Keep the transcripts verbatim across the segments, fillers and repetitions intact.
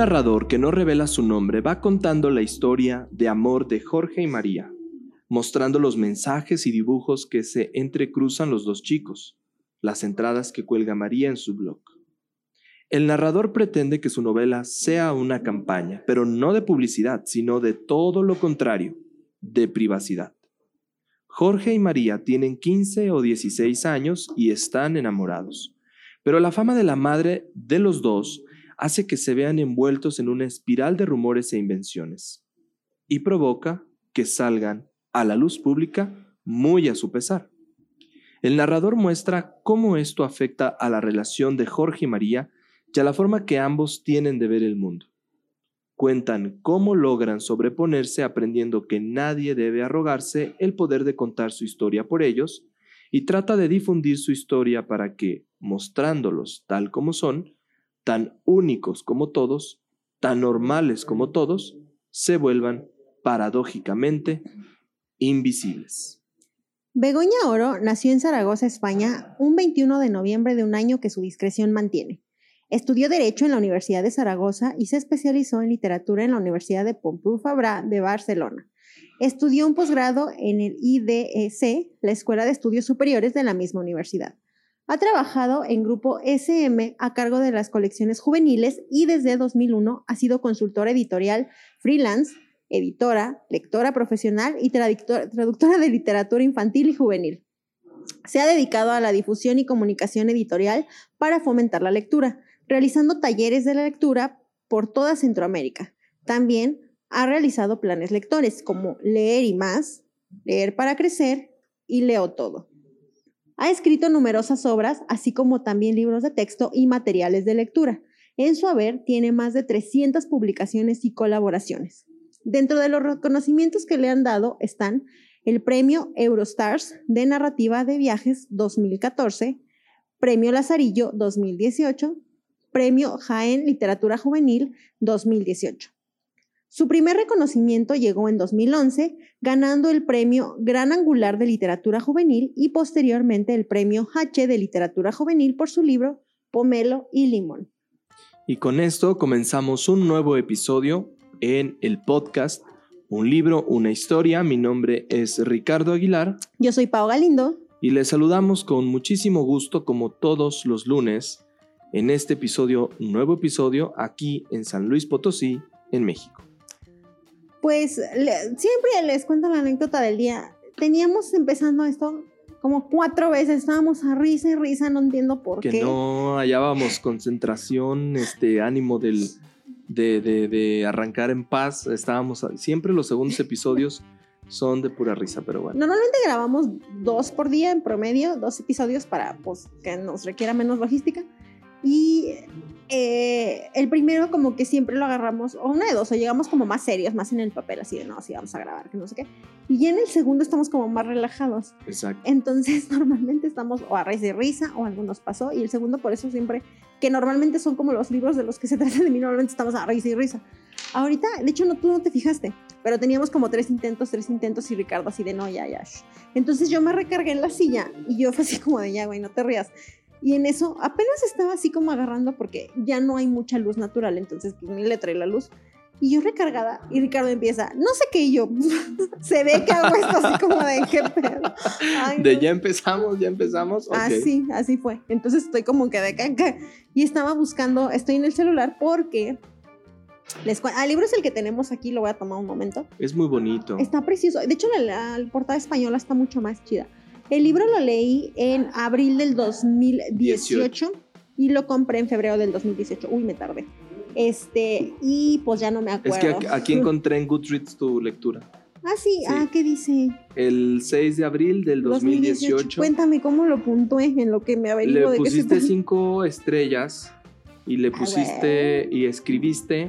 narrador que no revela su nombre va contando la historia de amor de Jorge y María, mostrando los mensajes y dibujos que se entrecruzan los dos chicos, las entradas que cuelga María en su blog. El narrador pretende que su novela sea una campaña, pero no de publicidad, sino de todo lo contrario, de privacidad. Jorge y María tienen quince o dieciséis años y están enamorados, pero la fama de la madre de los dos hace que se vean envueltos en una espiral de rumores e invenciones, y provoca que salgan a la luz pública muy a su pesar. El narrador muestra cómo esto afecta a la relación de Jorge y María y a la forma que ambos tienen de ver el mundo. Cuentan cómo logran sobreponerse aprendiendo que nadie debe arrogarse el poder de contar su historia por ellos y trata de difundir su historia para que, mostrándolos tal como son, tan únicos como todos, tan normales como todos, se vuelvan, paradójicamente, invisibles. Begoña Oro nació en Zaragoza, España, un veintiuno de noviembre de un año que su discreción mantiene. Estudió Derecho en la Universidad de Zaragoza y se especializó en Literatura en la Universidad de Pompeu Fabra de Barcelona. Estudió un posgrado en el I D E C, la Escuela de Estudios Superiores de la misma universidad. Ha trabajado en Grupo S M a cargo de las colecciones juveniles y desde dos mil uno ha sido consultora editorial freelance, editora, lectora profesional y traductora, traductora de literatura infantil y juvenil. Se ha dedicado a la difusión y comunicación editorial para fomentar la lectura, realizando talleres de la lectura por toda Centroamérica. También ha realizado planes lectores como Leer y Más, Leer para Crecer y Leo Todo. Ha escrito numerosas obras, así como también libros de texto y materiales de lectura. En su haber tiene más de trescientas publicaciones y colaboraciones. Dentro de los reconocimientos que le han dado están el Premio Eurostars de Narrativa de Viajes dos mil catorce, Premio Lazarillo dos mil dieciocho, Premio Jaén Literatura Juvenil dos mil dieciocho. Su primer reconocimiento llegó en dos mil once, ganando el Premio Gran Angular de Literatura Juvenil y posteriormente el Premio H de Literatura Juvenil por su libro Pomelo y Limón. Y con esto comenzamos un nuevo episodio en el podcast Un libro, una historia. Mi nombre es Ricardo Aguilar. Yo soy Pau Galindo. Y les saludamos con muchísimo gusto como todos los lunes en este episodio, un nuevo episodio aquí en San Luis Potosí, en México. Pues le, siempre les cuento la anécdota del día. Teníamos empezando esto como cuatro veces, estábamos a risa y risa, no entiendo por que qué. Que no hallábamos concentración, este ánimo del, de, de, de arrancar en paz. Estábamos, siempre los segundos episodios son de pura risa, pero bueno. Normalmente grabamos dos por día en promedio, dos episodios para pues, que nos requiera menos logística. Y eh, el primero como que siempre lo agarramos, o una de dos, o llegamos como más serios, más en el papel, así de no, sí vamos a grabar, que no sé qué. Y ya en el segundo estamos como más relajados. Exacto. Entonces normalmente estamos o a risa y risa, o algo nos pasó, y el segundo por eso siempre, que normalmente son como los libros de los que se trata de mí, normalmente estamos a risa y risa. Ahorita, de hecho no, tú no te fijaste, pero teníamos como tres intentos, tres intentos y Ricardo así de no, ya, ya. Shh. Entonces yo me recargué en la silla y yo fue así como de ya, güey, no te rías. Y en eso apenas estaba así como agarrando porque ya no hay mucha luz natural, entonces pues, ni le trae la luz. Y yo recargada, y Ricardo empieza, no sé qué, y yo, se ve que hago esto así como de qué pedo. Ay, de no. ya empezamos, ya empezamos. Okay. Así, así fue. Entonces estoy como que de caca. Y estaba buscando, estoy en el celular porque, les cu- ah, el libro es el que tenemos aquí, lo voy a tomar un momento. Es muy bonito. Está precioso. De hecho, la, la portada española está mucho más chida. El libro lo leí en abril del dos mil dieciocho y lo compré en febrero del dos mil dieciocho. Uy, me tardé. Este, y pues ya no me acuerdo. Es que aquí, aquí encontré en Goodreads tu lectura. Ah, sí, sí. Ah, ¿qué dice? El seis de abril del dos mil dieciocho. dos mil dieciocho. Cuéntame cómo lo puntué en lo que me averiguo de qué se Le pusiste cinco estrellas y le pusiste y escribiste.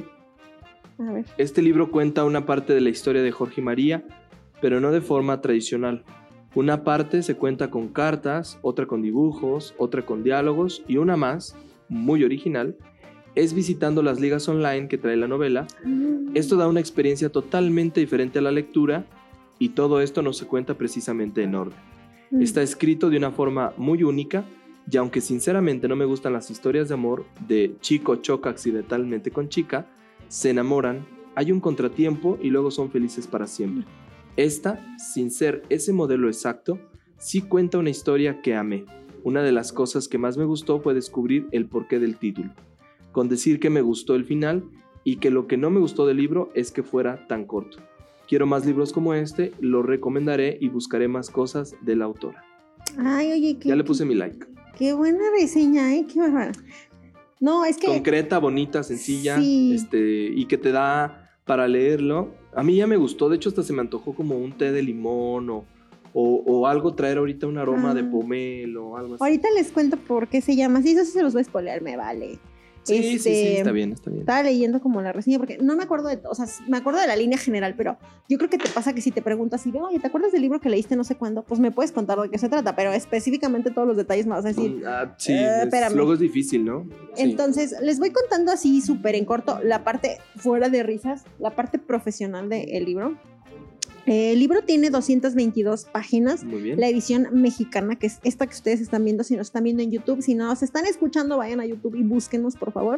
A ver. Este libro cuenta una parte de la historia de Jorge y María, pero no de forma tradicional. Una parte se cuenta con cartas, otra con dibujos, otra con diálogos y una más, muy original, es visitando las ligas online que trae la novela. Mm. Esto da una experiencia totalmente diferente a la lectura y todo esto no se cuenta precisamente en orden. Mm. Está escrito de una forma muy única y aunque sinceramente no me gustan las historias de amor de chico choca accidentalmente con chica, se enamoran, hay un contratiempo y luego son felices para siempre. Esta, sin ser ese modelo exacto, sí cuenta una historia que amé. Una de las cosas que más me gustó fue descubrir el porqué del título. Con decir que me gustó el final y que lo que no me gustó del libro es que fuera tan corto. Quiero más libros como este, lo recomendaré y buscaré más cosas de la autora. Ay, oye, qué... Ya le puse mi like. Qué buena reseña, ¿eh? Qué bárbara. No, es que... Concreta, bonita, sencilla, sí. este, y que te da para leerlo. A mí ya me gustó, de hecho hasta se me antojó como un té de limón o, o, o algo, traer ahorita un aroma ah. de pomelo o algo así. Ahorita les cuento por qué se llama así, eso sí se los voy a spoilear, me vale. Sí, este, sí, sí, está bien, está bien. Estaba leyendo como la reseña, porque no me acuerdo de, o sea, me acuerdo de la línea general, pero yo creo que te pasa que si te preguntas, si, oye, ¿te acuerdas del libro que leíste no sé cuándo? Pues me puedes contar de qué se trata, pero específicamente todos los detalles me vas a decir. Ah, sí, eh, es, luego es difícil, ¿no? Sí. Entonces, les voy contando así súper en corto la parte fuera de risas, la parte profesional del libro. Eh, el libro tiene doscientas veintidós páginas. Muy bien. La edición mexicana, que es esta que ustedes están viendo, si nos están viendo en YouTube, si no nos están escuchando, vayan a YouTube y búsquenos, por favor.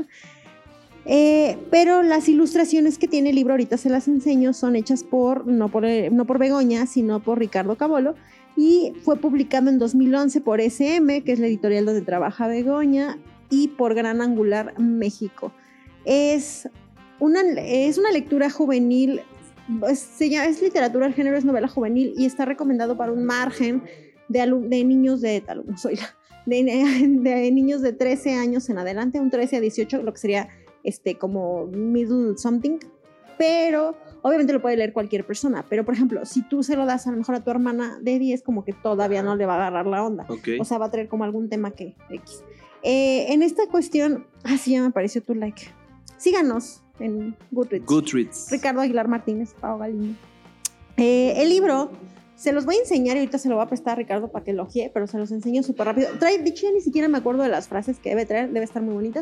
Eh, pero las ilustraciones que tiene el libro, ahorita se las enseño, son hechas por no, por, no por Begoña, sino por Ricardo Cabolo, y fue publicado en dos mil once por S M, que es la editorial donde trabaja Begoña, y por Gran Angular México. Es una, es una lectura juvenil, es, se llama, es literatura, el género es novela juvenil, y está recomendado para un margen de, alum, de niños de, alumnos, oiga, de, de niños de trece años en adelante, un trece a dieciocho, lo que sería este, como middle something, pero obviamente lo puede leer cualquier persona, pero por ejemplo, si tú se lo das a lo mejor a tu hermana de diez, como que todavía no le va a agarrar la onda, okay. O sea, va a traer como algún tema que X. Eh, en esta cuestión, ah, sí, ya me apareció tu like. Síganos en Goodreads. Goodreads. Ricardo Aguilar Martínez, Pau Galindo. Eh, el libro, se los voy a enseñar y ahorita se lo voy a prestar a Ricardo para que lo ojee, pero se los enseño súper rápido. Trae, de hecho, ya ni siquiera me acuerdo de las frases que debe traer, debe estar muy bonitas.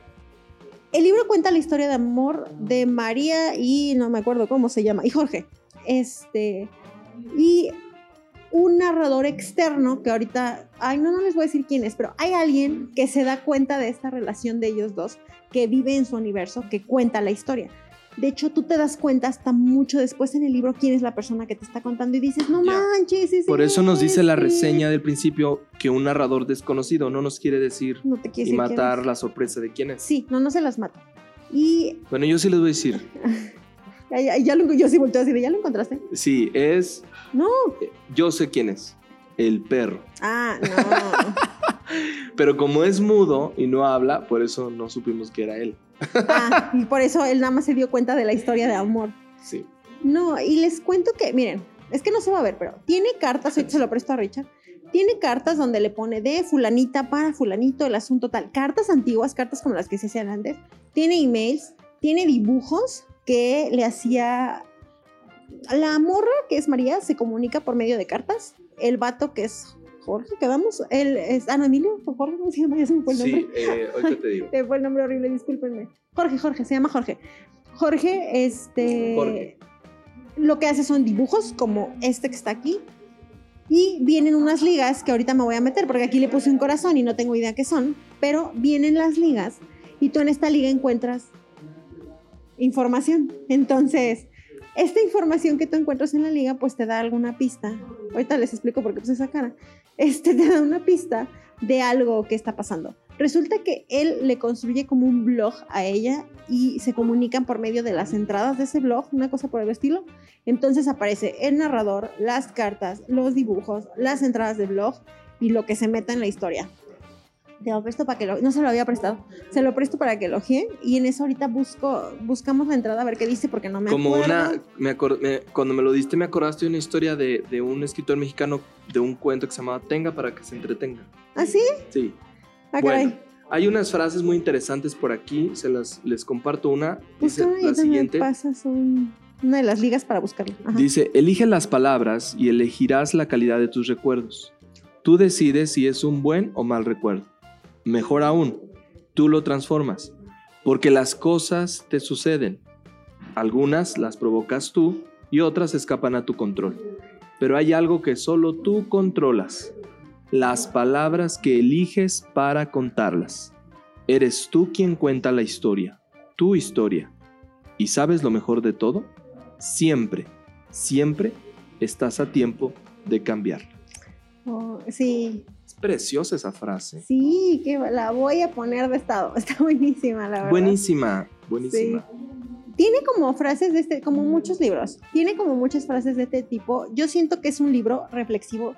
El libro cuenta la historia de amor de María y no me acuerdo cómo se llama, y Jorge. Este, y un narrador externo que ahorita, ay, no, no les voy a decir quién es, pero hay alguien que se da cuenta de esta relación de ellos dos, que vive en su universo, que cuenta la historia. De hecho, tú te das cuenta hasta mucho después en el libro quién es la persona que te está contando y dices, no yeah. manches. Ese Por eso nos dice es, la sí. reseña del principio que un narrador desconocido no nos quiere decir no te quiere y decir matar la sorpresa de quién es. Sí, no, no se las mata. Y... Bueno, yo sí les voy a decir. ya, ya, ya lo, yo sí volteo a decir, ¿ya lo encontraste? Sí, es... No. Yo sé quién es. El perro. Ah, no. Pero como es mudo y no habla, por eso no supimos que era él. Ah, y por eso él nada más se dio cuenta de la historia de amor. Sí. No, y les cuento que, miren, es que no se va a ver, pero tiene cartas, ahorita se lo presto a Richard, tiene cartas donde le pone de fulanita para fulanito el asunto tal, cartas antiguas, cartas como las que se hacían antes, tiene emails, tiene dibujos que le hacía... La morra, que es María, se comunica por medio de cartas, el vato, que es Jorge, quedamos, él es Ana Emilio, o Jorge, ¿cómo se llama? Ya se me fue el nombre. Sí, eh, ahorita te digo. Se fue el nombre horrible, discúlpenme. Jorge, Jorge, se llama Jorge. Jorge, este... Jorge. Lo que hace son dibujos, como este que está aquí, y vienen unas ligas que ahorita me voy a meter, porque aquí le puse un corazón y no tengo idea qué son, pero vienen las ligas, y tú en esta liga encuentras información. Entonces... esta información que tú encuentras en la liga, pues te da alguna pista. Ahorita les explico por qué puse esa cara. Este te da una pista de algo que está pasando. Resulta que él le construye como un blog a ella y se comunican por medio de las entradas de ese blog, una cosa por el estilo. Entonces aparece el narrador, las cartas, los dibujos, las entradas del blog y lo que se meta en la historia. Te lo presto para que lo... No se lo había prestado. Se lo presto para que lo ojeen y en eso ahorita busco, buscamos la entrada a ver qué dice porque no me Como acuerdo. Como una... Me acord, me, cuando me lo diste me acordaste de una historia de, de un escritor mexicano de un cuento que se llamaba Tenga para que se entretenga. ¿Ah, sí? Sí. Ah, bueno, caray. Hay unas frases muy interesantes por aquí. Se las les comparto una. Dice Busca, la siguiente. Me pasas un, una de las ligas para buscarla. Ajá. Dice, elige las palabras y elegirás la calidad de tus recuerdos. Tú decides si es un buen o mal recuerdo. Mejor aún, tú lo transformas, porque las cosas te suceden. Algunas las provocas tú y otras escapan a tu control. Pero hay algo que solo tú controlas: las palabras que eliges para contarlas. Eres tú quien cuenta la historia, tu historia. ¿Y sabes lo mejor de todo? Siempre, siempre estás a tiempo de cambiarla. Oh, sí. Es preciosa esa frase. Sí, que la voy a poner de estado. Está buenísima, la verdad. Buenísima, buenísima. Sí. Tiene como frases de este, como muchos libros. Tiene como muchas frases de este tipo. Yo siento que es un libro reflexivo.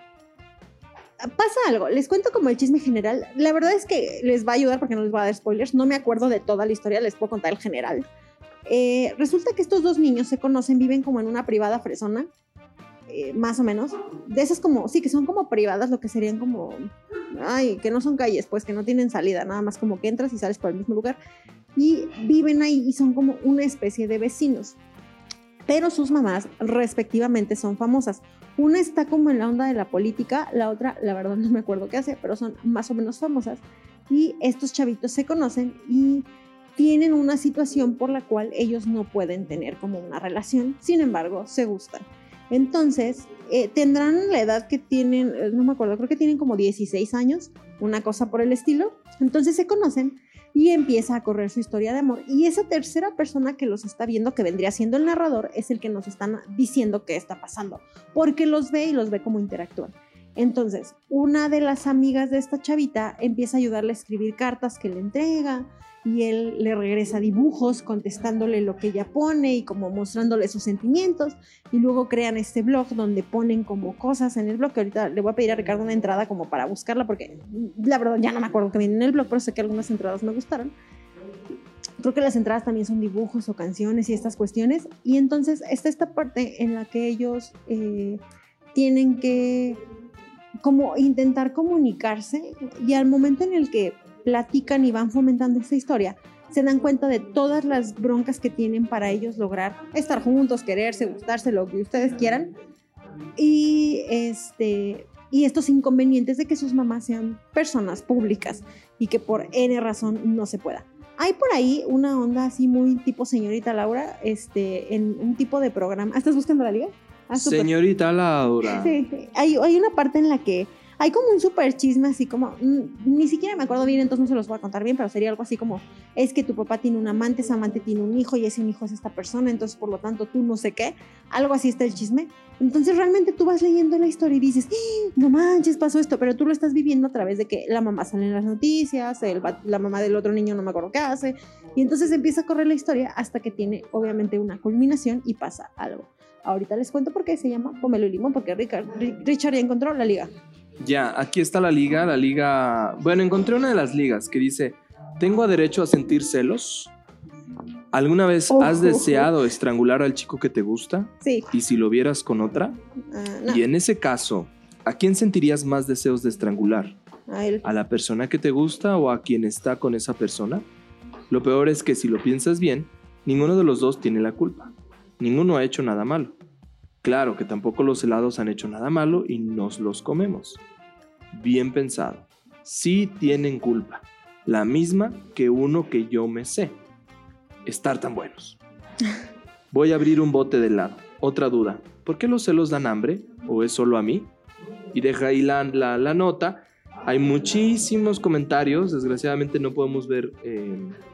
Pasa algo, les cuento como el chisme general. La verdad es que les va a ayudar porque no les voy a dar spoilers. No me acuerdo de toda la historia, les puedo contar el general. Eh, resulta que estos dos niños se conocen, viven como en una privada fresona, eh, más o menos. De esas como, sí, que son como privadas, lo que serían como, ay, que no son calles, pues que no tienen salida, nada más como que entras y sales por el mismo lugar. Y viven ahí y son como una especie de vecinos. Pero sus mamás respectivamente son famosas. Una está como en la onda de la política, la otra, la verdad no me acuerdo qué hace, pero son más o menos famosas. Y estos chavitos se conocen y tienen una situación por la cual ellos no pueden tener como una relación, sin embargo, se gustan. Entonces, eh, tendrán la edad que tienen, no me acuerdo, creo que tienen como dieciséis años, una cosa por el estilo. Entonces se conocen y empieza a correr su historia de amor. Y esa tercera persona que los está viendo, que vendría siendo el narrador, es el que nos están diciendo qué está pasando, porque los ve y los ve cómo interactúan. Entonces, una de las amigas de esta chavita empieza a ayudarle a escribir cartas que le entrega, y él le regresa dibujos contestándole lo que ella pone y como mostrándole sus sentimientos, y luego crean este blog donde ponen como cosas en el blog, que ahorita le voy a pedir a Ricardo una entrada como para buscarla, porque la verdad ya no me acuerdo que viene en el blog, pero sé que algunas entradas me gustaron. Creo que las entradas también son dibujos o canciones y estas cuestiones, y entonces está esta parte en la que ellos eh, tienen que como intentar comunicarse, y al momento en el que platican y van fomentando esta historia, se dan cuenta de todas las broncas que tienen para ellos lograr estar juntos, quererse, gustarse, lo que ustedes quieran, y, este, y estos inconvenientes de que sus mamás sean personas públicas y que por N razón no se pueda. Hay por ahí una onda así muy tipo Señorita Laura, este, en un tipo de programa. ¿Estás buscando la liga? Ah, Señorita Laura. Sí, hay, hay una parte en la que hay como un súper chisme así como, mmm, ni siquiera me acuerdo bien, entonces no se los voy a contar bien, pero sería algo así como, es que tu papá tiene un amante, ese amante tiene un hijo y ese hijo es esta persona, entonces por lo tanto tú no sé qué, algo así está el chisme. Entonces realmente tú vas leyendo la historia y dices, ¡Ah, no manches, pasó esto! Pero tú lo estás viviendo a través de que la mamá sale en las noticias, el, la mamá del otro niño no me acuerdo qué hace, y entonces empieza a correr la historia hasta que tiene obviamente una culminación y pasa algo. Ahorita les cuento por qué se llama Pomelo y Limón, porque Richard, Richard ya encontró la liga. Ya, aquí está la liga, la liga... Bueno, encontré una de las ligas que dice, ¿tengo derecho a sentir celos? ¿Alguna vez oh, has deseado oh, oh. estrangular al chico que te gusta? Sí. ¿Y si lo vieras con otra? Uh, no. Y en ese caso, ¿a quién sentirías más deseos de estrangular? A él. ¿A la persona que te gusta o a quien está con esa persona? Lo peor es que si lo piensas bien, ninguno de los dos tiene la culpa. Ninguno ha hecho nada malo. Claro que tampoco los helados han hecho nada malo y nos los comemos. Bien pensado. Sí tienen culpa. La misma que uno que yo me sé. Estar tan buenos. Voy a abrir un bote de helado. Otra duda. ¿Por qué los celos dan hambre? ¿O es solo a mí? Y deja ahí la, la, la nota. Hay muchísimos comentarios. Desgraciadamente no podemos ver... Eh,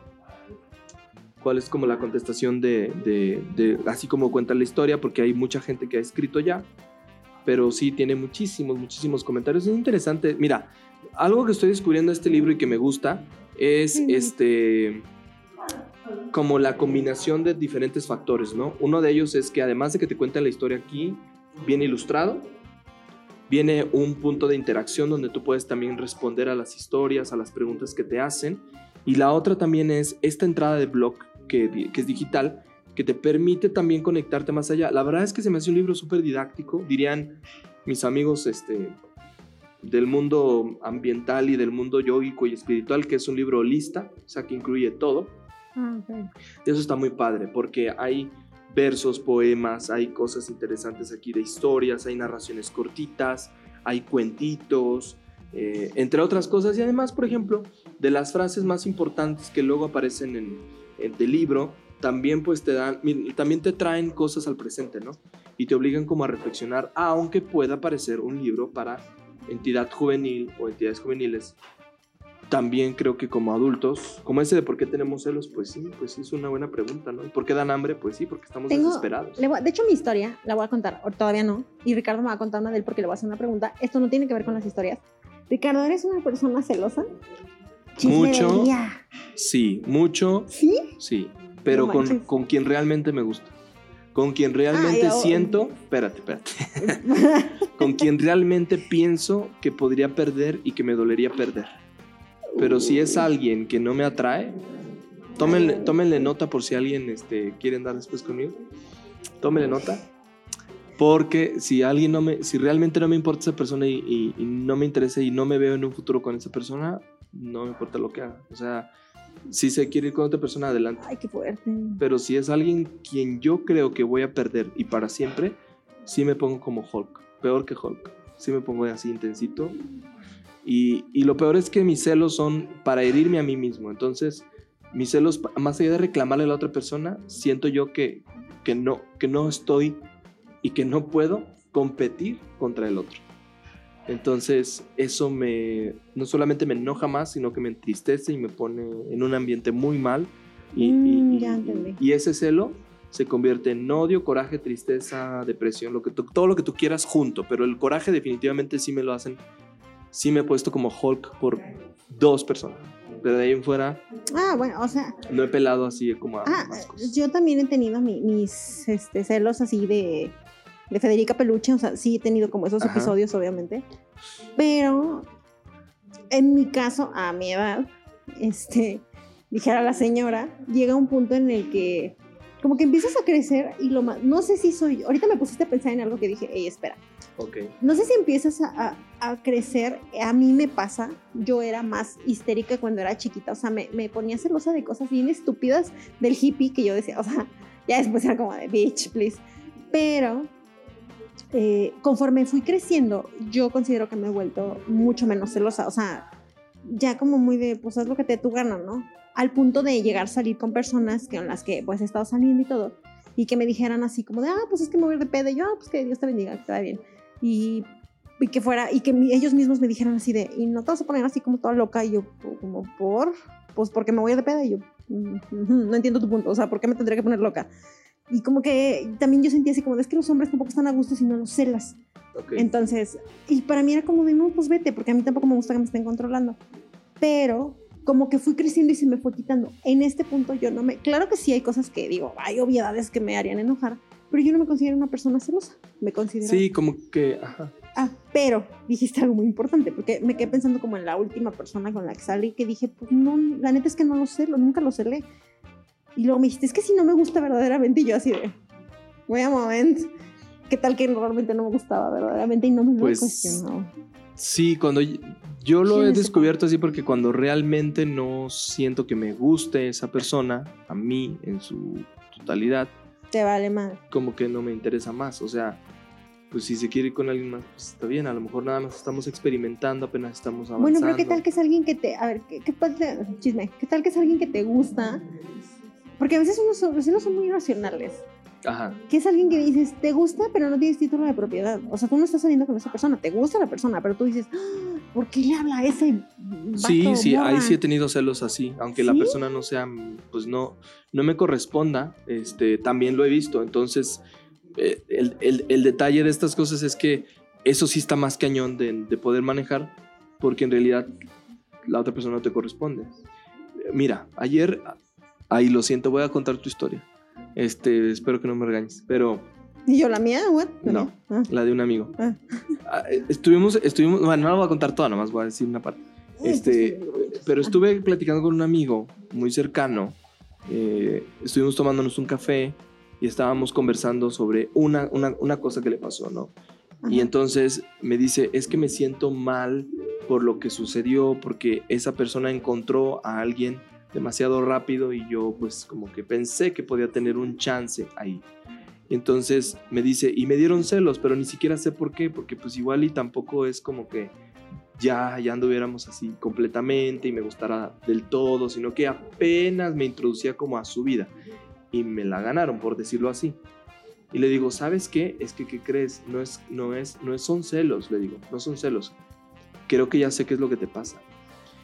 cuál es como la contestación de, de, de, así como cuenta la historia, porque hay mucha gente que ha escrito ya, pero sí tiene muchísimos, muchísimos comentarios. Es interesante. Mira, algo que estoy descubriendo de este libro y que me gusta es este, como la combinación de diferentes factores, ¿no? Uno de ellos es que además de que te cuentan la historia aquí, bien ilustrado, viene un punto de interacción donde tú puedes también responder a las historias, a las preguntas que te hacen. Y la otra también es esta entrada de blog que, que es digital, que te permite también conectarte más allá. La verdad es que se me hace un libro súper didáctico, dirían mis amigos este, del mundo ambiental y del mundo yógico y espiritual, que es un libro holista, o sea, que incluye todo. Ah, okay. Eso está muy padre, porque hay versos, poemas, hay cosas interesantes aquí de historias, hay narraciones cortitas, hay cuentitos, eh, entre otras cosas. Y además, por ejemplo, de las frases más importantes que luego aparecen en, en el libro, también pues te dan, también te traen cosas al presente, ¿no? Y te obligan como a reflexionar, aunque pueda parecer un libro para entidad juvenil o entidades juveniles, también creo que como adultos, como ese de por qué tenemos celos, pues sí, pues sí es una buena pregunta, ¿no? ¿Y por qué dan hambre? Pues sí, porque estamos Tengo, desesperados. le voy, de hecho, mi historia la voy a contar, o todavía no, y Ricardo me va a contar una de él porque le voy a hacer una pregunta. Esto no tiene que ver con las historias. Ricardo, ¿eres una persona celosa? Mucho, sí, mucho, ¿sí? Sí, pero No con, manches. con quien realmente me gusta. Con quien realmente Ah, yo- siento, espérate, espérate, con quien realmente pienso que podría perder y que me dolería perder. Pero si es alguien que no me atrae, tómenle, tómenle nota por si alguien este, quiere andar después conmigo. Tómenle nota. Porque si alguien no me, si realmente no me importa esa persona y, y, y no me interesa y no me veo en un futuro con esa persona, no me importa lo que haga. O sea, si se quiere ir con otra persona, adelante. Ay, qué fuerte. Pero si es alguien quien yo creo que voy a perder y para siempre, sí me pongo como Hulk. Peor que Hulk. Sí me pongo así intensito. Y, y lo peor es que mis celos son para herirme a mí mismo. Entonces, mis celos, más allá de reclamarle a la otra persona, siento yo que, que, no, que no estoy y que no puedo competir contra el otro. Entonces, eso me no solamente me enoja más, sino que me entristece y me pone en un ambiente muy mal. Y, Mm, y, ya y, entendí. y ese celo se convierte en odio, coraje, tristeza, depresión, lo que tú- todo lo que tú quieras junto. Pero el coraje definitivamente sí me lo hacen. Sí me he puesto como Hulk por dos personas. Pero de ahí en fuera Ah, bueno, o sea, no he pelado así como a ah, más cosas. yo también he tenido mi- mis este, celos así de, de Federica Peluche, o sea, sí he tenido como esos Ajá. episodios, obviamente, pero en mi caso, a mi edad, este, dijera la señora, llega un punto en el que como que empiezas a crecer y lo más, no sé si soy, ahorita me pusiste a pensar en algo que dije, ey, espera, Ok. no sé si empiezas a, a- a crecer, a mí me pasa, yo era más histérica cuando era chiquita, o sea, me, me ponía celosa de cosas bien estúpidas del hippie que yo decía, o sea, ya después era como de bitch, please, pero eh, conforme fui creciendo, yo considero que me he vuelto mucho menos celosa, o sea, ya como muy de, pues haz lo que te dé tu gana, ¿no? Al punto de llegar a salir con personas con las que pues he estado saliendo y todo, y que me dijeran así como de, ah, pues es que me voy a ir de pedo, y yo, ah, pues que Dios te bendiga, que te va bien. Y, y que fuera, y que mi, ellos mismos me dijeran así de, y no te vas a poner así como toda loca, y yo, como, ¿por? Pues porque me voy a ir de pedo, y yo, mm, mm, no entiendo tu punto, o sea, ¿por qué me tendría que poner loca? Y como que también yo sentía así como, de, es que los hombres tampoco están a gusto si no los celas. Okay. Entonces, y para mí era como de, no, pues vete, porque a mí tampoco me gusta que me estén controlando. Pero como que fui creciendo y se me fue quitando. En este punto yo no me... Claro que sí hay cosas que digo, hay obviedades que me harían enojar, pero yo no me considero una persona celosa. Me considero... Sí, como que... Ajá. Ah, pero dijiste algo muy importante, porque me quedé pensando como en la última persona con la que salí, que dije, pues no, la neta es que no lo sé, nunca lo celé. Y luego me dijiste, es que si no me gusta verdaderamente, y yo así de, wait a moment, ¿qué tal que realmente no me gustaba verdaderamente y no me lo Pues, he cuestionado? Sí, cuando yo lo ¿Quién he es descubierto así porque cuando realmente no siento que me guste esa persona, a mí en su totalidad, Te vale mal. como que no me interesa más. O sea, pues si se quiere ir con alguien más, pues está bien. A lo mejor nada más estamos experimentando, apenas estamos avanzando. Bueno, pero ¿qué tal que es alguien que te, a ver, ¿qué, qué parte, chisme, ¿qué tal que es alguien que te gusta? Porque a veces unos son, los celos son muy irracionales. Ajá. Que es alguien que dices, te gusta, pero no tienes título de propiedad. O sea, tú no estás saliendo con esa persona, te gusta la persona, pero tú dices, ¡ah! ¿Por qué le habla a ese vato, Sí, sí, morra? ahí sí he tenido celos así, aunque ¿Sí? la persona no sea, pues no, no me corresponda, este, también lo he visto. Entonces, eh, el, el, el detalle de estas cosas es que eso sí está más cañón de, de poder manejar, porque en realidad la otra persona no te corresponde. Mira, ayer, ahí lo siento, voy a contar tu historia. Este, espero que no me regañes, pero... ¿Y yo la mía? ¿What? ¿La No, mía? Ah. la de un amigo. Ah. Ah, Estuvimos, estuvimos, bueno, no la voy a contar toda, nomás voy a decir una parte. Este, pero estuve platicando con un amigo muy cercano, eh, estuvimos tomándonos un café y estábamos conversando sobre una, una, una cosa que le pasó, ¿no? Ajá. Y entonces me dice, es que me siento mal por lo que sucedió, porque esa persona encontró a alguien demasiado rápido y yo pues como que pensé que podía tener un chance ahí. Y entonces me dice, y me dieron celos, pero ni siquiera sé por qué, porque pues igual y tampoco es como que ya, ya anduviéramos así completamente y me gustara del todo, sino que apenas me introducía como a su vida y me la ganaron, por decirlo así. Y le digo, ¿sabes qué? Es que, ¿qué crees? No es, no es, no es, son celos, le digo, no son celos. Creo que ya sé qué es lo que te pasa.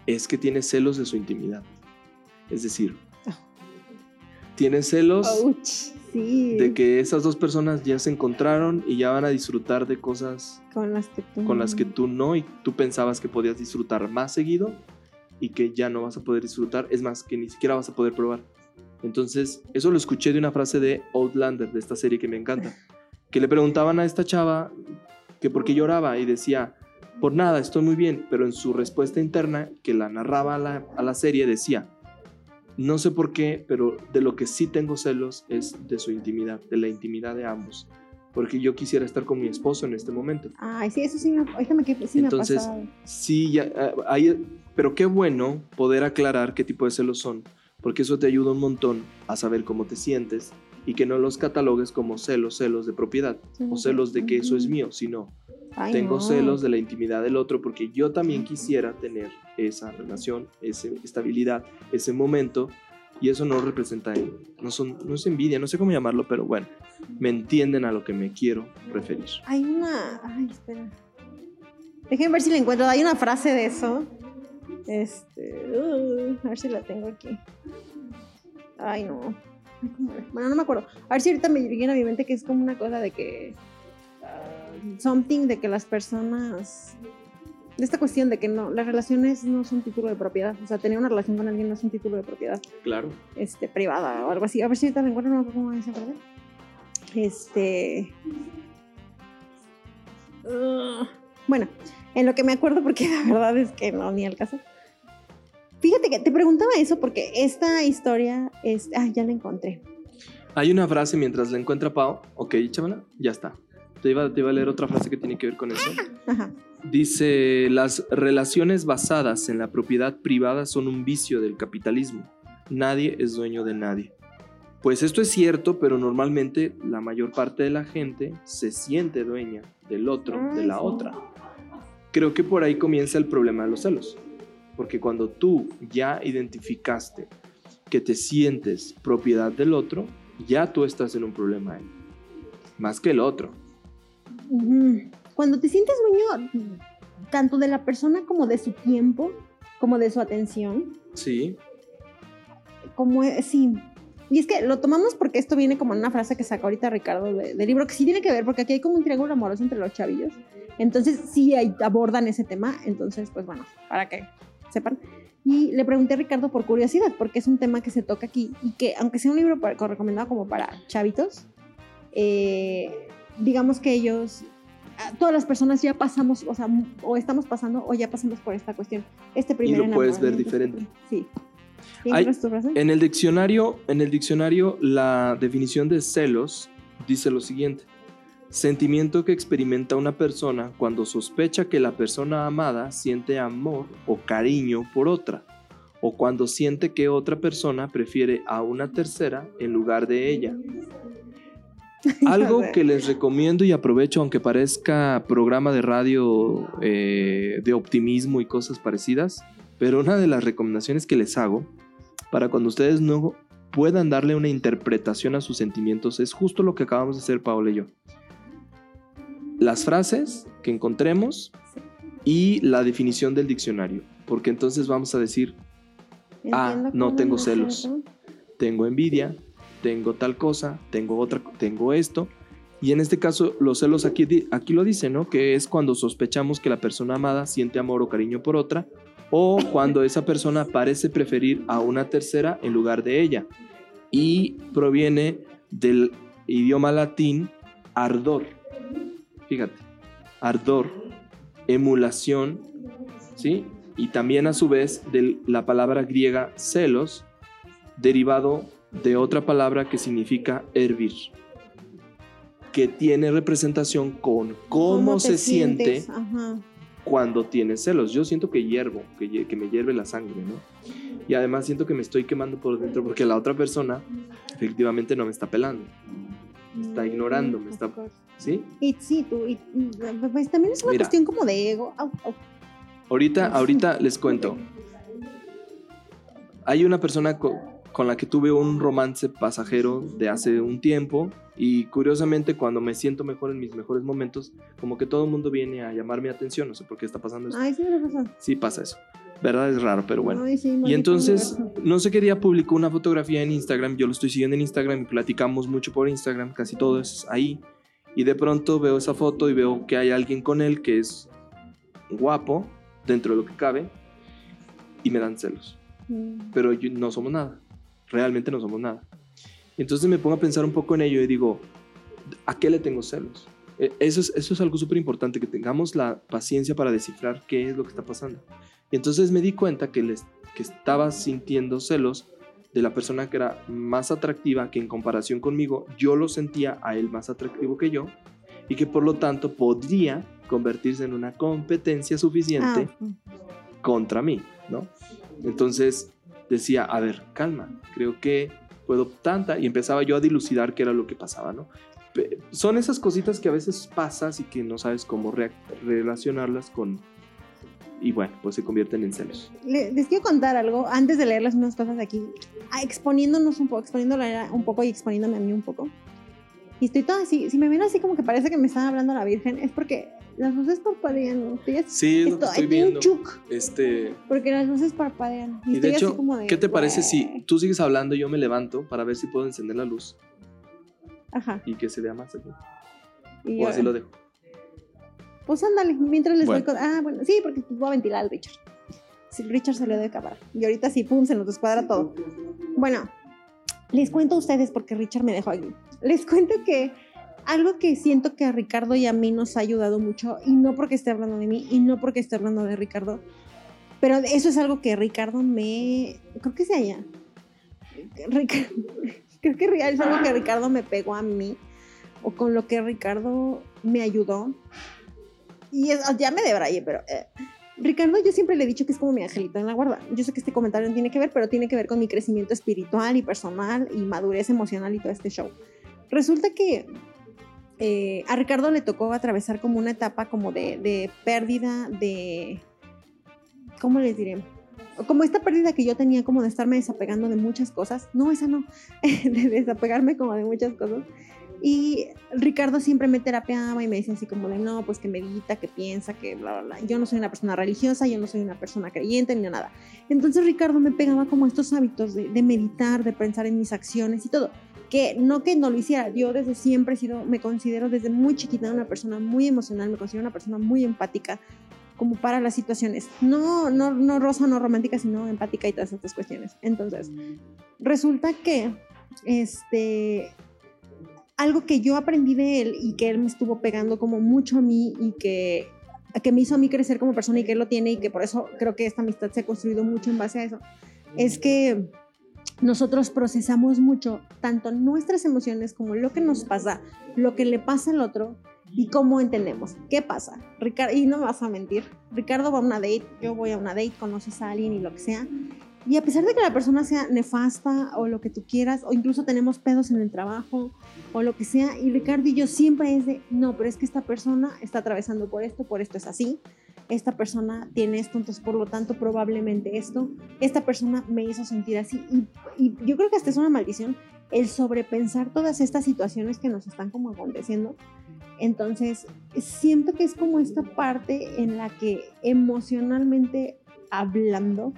es que tiene celos de su intimidad. Es decir, tiene celos Ouch, sí. de que esas dos personas ya se encontraron y ya van a disfrutar de cosas con las que tú, con las que tú no, y tú pensabas que podías disfrutar más seguido y que ya no vas a poder disfrutar, es más, que ni siquiera vas a poder probar. Entonces, eso lo escuché de una frase de Outlander, de esta serie que me encanta, que le preguntaban a esta chava que por qué lloraba y decía, por nada, estoy muy bien, pero en su respuesta interna, que la narraba a la, a la serie, decía, no sé por qué, pero de lo que sí tengo celos es de su intimidad, de la intimidad de ambos, porque yo quisiera estar con mi esposo en este momento. Ay, sí, eso sí me, déjame que, sí Entonces, me ha pasado. sí, ya, uh, hay, pero qué bueno poder aclarar qué tipo de celos son, porque eso te ayuda un montón a saber cómo te sientes y que no los catalogues como celos, celos de propiedad, sí, o celos de que eso es mío, sino Ay, tengo no. celos de la intimidad del otro, porque yo también quisiera tener esa relación, esa estabilidad, ese momento, y eso no representa, no, son, no es envidia, no sé cómo llamarlo, pero bueno, me entienden a lo que me quiero referir. Hay una, ay, espera, déjenme ver si la encuentro, hay una frase de eso, este, uh, a ver si la tengo aquí, ay no, bueno, no me acuerdo, a ver si ahorita me viene a mi mente que es como una cosa de que uh, something de que las personas, de esta cuestión de que no, las relaciones no son título de propiedad, o sea, tener una relación con alguien no es un título de propiedad, claro, este, privada o algo así, a ver si ahorita me encuentro, no me acuerdo cómo dice, ¿verdad? Este, uh, bueno, en lo que me acuerdo, porque la verdad es que no, ni al caso. Fíjate que te preguntaba eso porque esta historia es, ah, ya la encontré. Hay una frase mientras la encuentra Pau, ok, chavala, ya está. Te iba, te iba a leer otra frase que tiene que ver con eso. Ajá. Dice, las relaciones basadas en la propiedad privada son un vicio del capitalismo. Nadie es dueño de nadie. Pues esto es cierto, pero normalmente la mayor parte de la gente se siente dueña del otro, de la otra. Creo que por ahí comienza el problema de los celos. Porque cuando tú ya identificaste que te sientes propiedad del otro, ya tú estás en un problema ahí. Más que el otro. Cuando te sientes dueño tanto de la persona como de su tiempo, como de su atención. Sí. Como, sí. Y es que lo tomamos porque esto viene como en una frase que sacó ahorita Ricardo del de libro, que sí tiene que ver, porque aquí hay como un triángulo amoroso entre los chavillos. Entonces sí hay, abordan ese tema. Entonces, pues bueno, para que sepan. Y le pregunté a Ricardo por curiosidad, porque es un tema que se toca aquí y que, aunque sea un libro para, recomendado como para chavitos, eh, digamos que ellos, todas las personas ya pasamos, o sea, o estamos pasando o ya pasamos por esta cuestión. Este primer y lo puedes ver diferente. Sí. Hay, en el diccionario, en el diccionario, la definición de celos dice lo siguiente: sentimiento que experimenta una persona cuando sospecha que la persona amada siente amor o cariño por otra, o cuando siente que otra persona prefiere a una tercera en lugar de ella. Algo que les recomiendo y aprovecho, aunque parezca programa de radio eh, de optimismo y cosas parecidas, pero una de las recomendaciones que les hago para cuando ustedes no puedan darle una interpretación a sus sentimientos es justo lo que acabamos de hacer Paola y yo. Las frases que encontremos y la definición del diccionario, porque entonces vamos a decir, ah, no tengo celos, tengo envidia, tengo tal cosa, tengo otra, tengo esto. Y en este caso los celos aquí, aquí lo dice, ¿no? Que es cuando sospechamos que la persona amada siente amor o cariño por otra, o cuando esa persona parece preferir a una tercera en lugar de ella, y proviene del idioma latín ardor. Fíjate, ardor, emulación, ¿sí? Y también a su vez de la palabra griega celos, derivado de otra palabra que significa hervir, que tiene representación con cómo, ¿Cómo se siente Ajá. cuando tienes celos. Yo siento que hiervo, que, que me hierve la sangre, ¿no? Y además siento que me estoy quemando por dentro porque la otra persona efectivamente no me está pelando, me está ignorando, me está... ¿Sí? Y sí, tú, y, pues también es una Mira, cuestión como de ego. Au, au. Ahorita, ahorita les cuento. Hay una persona con, con la que tuve un romance pasajero de hace un tiempo y curiosamente cuando me siento mejor en mis mejores momentos, como que todo el mundo viene a llamar mi atención, no sé por qué está pasando eso. Ay, sí me pasa. Sí pasa eso. ¿Verdad? Es raro, pero bueno. Ay, sí, y entonces, no sé qué día publicó una fotografía en Instagram. Yo lo estoy siguiendo en Instagram y platicamos mucho por Instagram. Casi todo es ahí. Y de pronto veo esa foto y veo que hay alguien con él que es guapo, dentro de lo que cabe, y me dan celos. Mm. Pero yo, no somos nada. Realmente no somos nada. Entonces me pongo a pensar un poco en ello y digo, ¿a qué le tengo celos? Eso es, eso es algo súper importante, que tengamos la paciencia para descifrar qué es lo que está pasando. Y entonces me di cuenta que, les, que estaba sintiendo celos de la persona que era más atractiva, que en comparación conmigo yo lo sentía a él más atractivo que yo, y que por lo tanto podría convertirse en una competencia suficiente ah. contra mí, ¿no? Entonces decía, a ver, calma, creo que puedo tanta, y empezaba yo a dilucidar qué era lo que pasaba, ¿no? Son esas cositas que a veces pasas y que no sabes cómo re- relacionarlas con... Y bueno, pues se convierten en celos. Les quiero contar algo antes de leerles unas cosas de aquí, exponiéndonos un poco, exponiéndola un poco y exponiéndome a mí un poco. Y estoy toda así, si me ven así como que parece que me están hablando la Virgen, es porque las luces parpadean. Sí, es lo que estoy viendo. Este... Porque las luces parpadean. Y, y de hecho, así como de, ¿qué te parece si tú sigues hablando y yo me levanto para ver si puedo encender la luz? Ajá. Y que se vea más aquí. Y o así lo dejo. Pues ándale, mientras les bueno. doy... Ah, bueno, sí, porque voy a ventilar al Richard. Sí, Richard salió de cámara. Y ahorita sí, pum, se nos descuadra todo. Bueno, les cuento a ustedes porque Richard me dejó aquí. Les cuento que algo que siento que a Ricardo y a mí nos ha ayudado mucho, y no porque esté hablando de mí, y no porque esté hablando de Ricardo, pero eso es algo que Ricardo me... Creo que sea ya. Ricardo... Creo que es algo que Ricardo me pegó a mí, o con lo que Ricardo me ayudó. Y es, ya me debrayé, pero eh, Ricardo, yo siempre le he dicho que es como mi angelito en la guarda. Yo sé que este comentario no tiene que ver, pero tiene que ver con mi crecimiento espiritual y personal y madurez emocional y todo este show. Resulta que eh, a Ricardo le tocó atravesar como una etapa como de, de pérdida de... ¿Cómo les diré? Como esta pérdida que yo tenía como de estarme desapegando de muchas cosas. No, esa no. De desapegarme como de muchas cosas. Y Ricardo siempre me terapeaba y me decía así como de no, pues que medita, que piensa, que bla, bla, bla. Yo no soy una persona religiosa, yo no soy una persona creyente ni nada. Entonces Ricardo me pegaba como estos hábitos de, de meditar, de pensar en mis acciones y todo. Que no que no lo hiciera. Yo desde siempre he sido, me considero desde muy chiquita una persona muy emocional, me considero una persona muy empática como para las situaciones, no, no, no rosa, no romántica, sino empática y todas estas cuestiones. Entonces, resulta que este, algo que yo aprendí de él y que él me estuvo pegando como mucho a mí y que, que me hizo a mí crecer como persona y que él lo tiene y que por eso creo que esta amistad se ha construido mucho en base a eso, es que nosotros procesamos mucho tanto nuestras emociones como lo que nos pasa, lo que le pasa al otro, y cómo entendemos. ¿Qué pasa? Ricardo, y no me vas a mentir, Ricardo va a una date, yo voy a una date, conoces a alguien y lo que sea, y a pesar de que la persona sea nefasta o lo que tú quieras, o incluso tenemos pedos en el trabajo o lo que sea, y Ricardo y yo siempre es de, no, pero es que esta persona está atravesando por esto, por esto es así, esta persona tiene esto, entonces por lo tanto probablemente esto, esta persona me hizo sentir así, y, y yo creo que hasta es una maldición el sobrepensar todas estas situaciones que nos están como aconteciendo. Entonces, siento que es como esta parte en la que emocionalmente hablando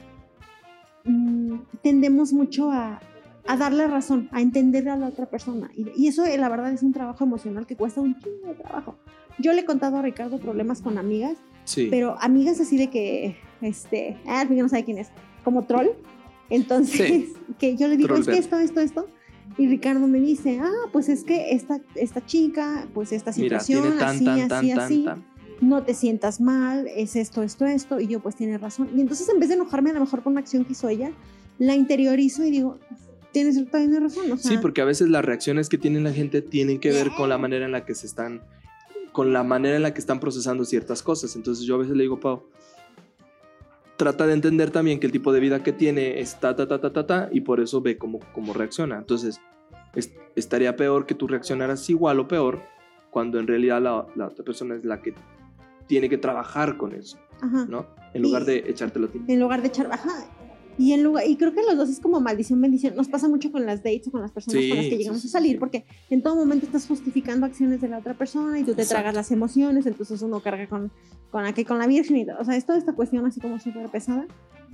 mmm, tendemos mucho a, a darle razón, a entender a la otra persona. Y, y eso, la verdad, es un trabajo emocional que cuesta un chingo de trabajo. Yo le he contado a Ricardo problemas con amigas, sí. Pero amigas así de que, este, ah, no sabe quién es, como troll. Entonces, sí. Que yo le digo, Troll es que esto, esto, esto. Y Ricardo me dice, ah, pues es que esta, esta chica, pues esta situación, mira, tiene tan, así, tan, así, tan, así, tan, tan. No te sientas mal, es esto, esto, esto, y yo pues tiene razón. Y entonces en vez de enojarme a lo mejor con una acción que hizo ella, la interiorizo y digo, tienes, tienes razón. O sea, sí, porque a veces las reacciones que tiene la gente tienen que ver con la manera en la que se están, con la manera en la que están procesando ciertas cosas. Entonces yo a veces le digo, Pau, trata de entender también que el tipo de vida que tiene es ta, ta, ta, ta, ta, ta, y por eso ve cómo, cómo reacciona. Entonces, es, estaría peor que tú reaccionaras igual o peor, cuando en realidad la, la otra persona es la que tiene que trabajar con eso, ajá. ¿No? En lugar y, de echártelo a ti. En lugar de echar, ajá. Y, en lugar, y creo que los dos es como maldición, bendición. Nos pasa mucho con las dates o con las personas sí, con las que llegamos sí, a salir, porque en todo momento estás justificando acciones de la otra persona y tú te Exacto. tragas las emociones, entonces uno carga con, con aquí con la Virgen y todo. O sea, es toda esta cuestión así como súper pesada.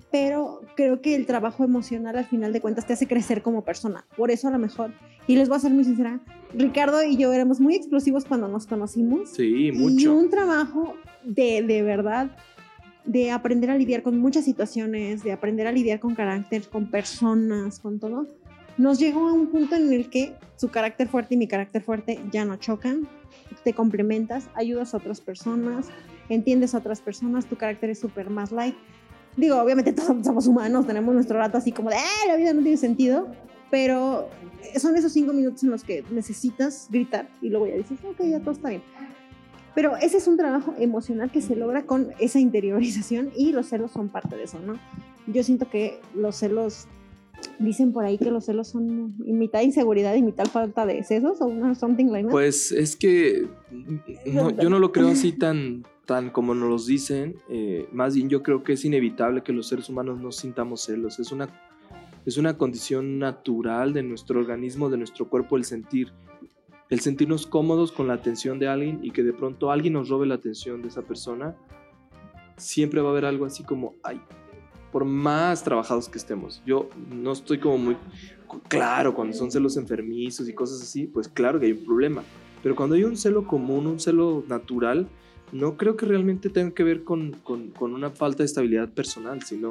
pero creo que el trabajo emocional al final de cuentas te hace crecer como persona. Por eso a lo mejor, y les voy a ser muy sincera, Ricardo y yo éramos muy explosivos cuando nos conocimos. Sí, mucho. Y un trabajo de, de verdad, de aprender a lidiar con muchas situaciones, de aprender a lidiar con carácter, con personas, con todo, nos llegó a un punto en el que su carácter fuerte y mi carácter fuerte ya no chocan, te complementas, ayudas a otras personas, entiendes a otras personas, tu carácter es súper más light. Digo, obviamente todos somos humanos, tenemos nuestro rato así como de, ¡eh, la vida no tiene sentido! Pero son esos cinco minutos en los que necesitas gritar y luego ya dices, ok, ya todo está bien. Pero ese es un trabajo emocional que se logra con esa interiorización y los celos son parte de eso, ¿no? Yo siento que los celos, dicen por ahí que los celos son mitad inseguridad y mitad falta de sesos o una something like that. Pues es que no, yo no lo creo así tan, tan como nos los dicen. Eh, más bien yo creo que es inevitable que los seres humanos no sintamos celos. Es una, es una condición natural de nuestro organismo, de nuestro cuerpo, el sentir. El sentirnos cómodos con la atención de alguien y que de pronto alguien nos robe la atención de esa persona. Siempre va a haber algo así como, ay, por más trabajados que estemos. Yo no estoy como muy... Claro, cuando son celos enfermizos y cosas así, pues claro que hay un problema. Pero cuando hay un celo común, un celo natural, no creo que realmente tenga que ver con, con, con una falta de estabilidad personal, sino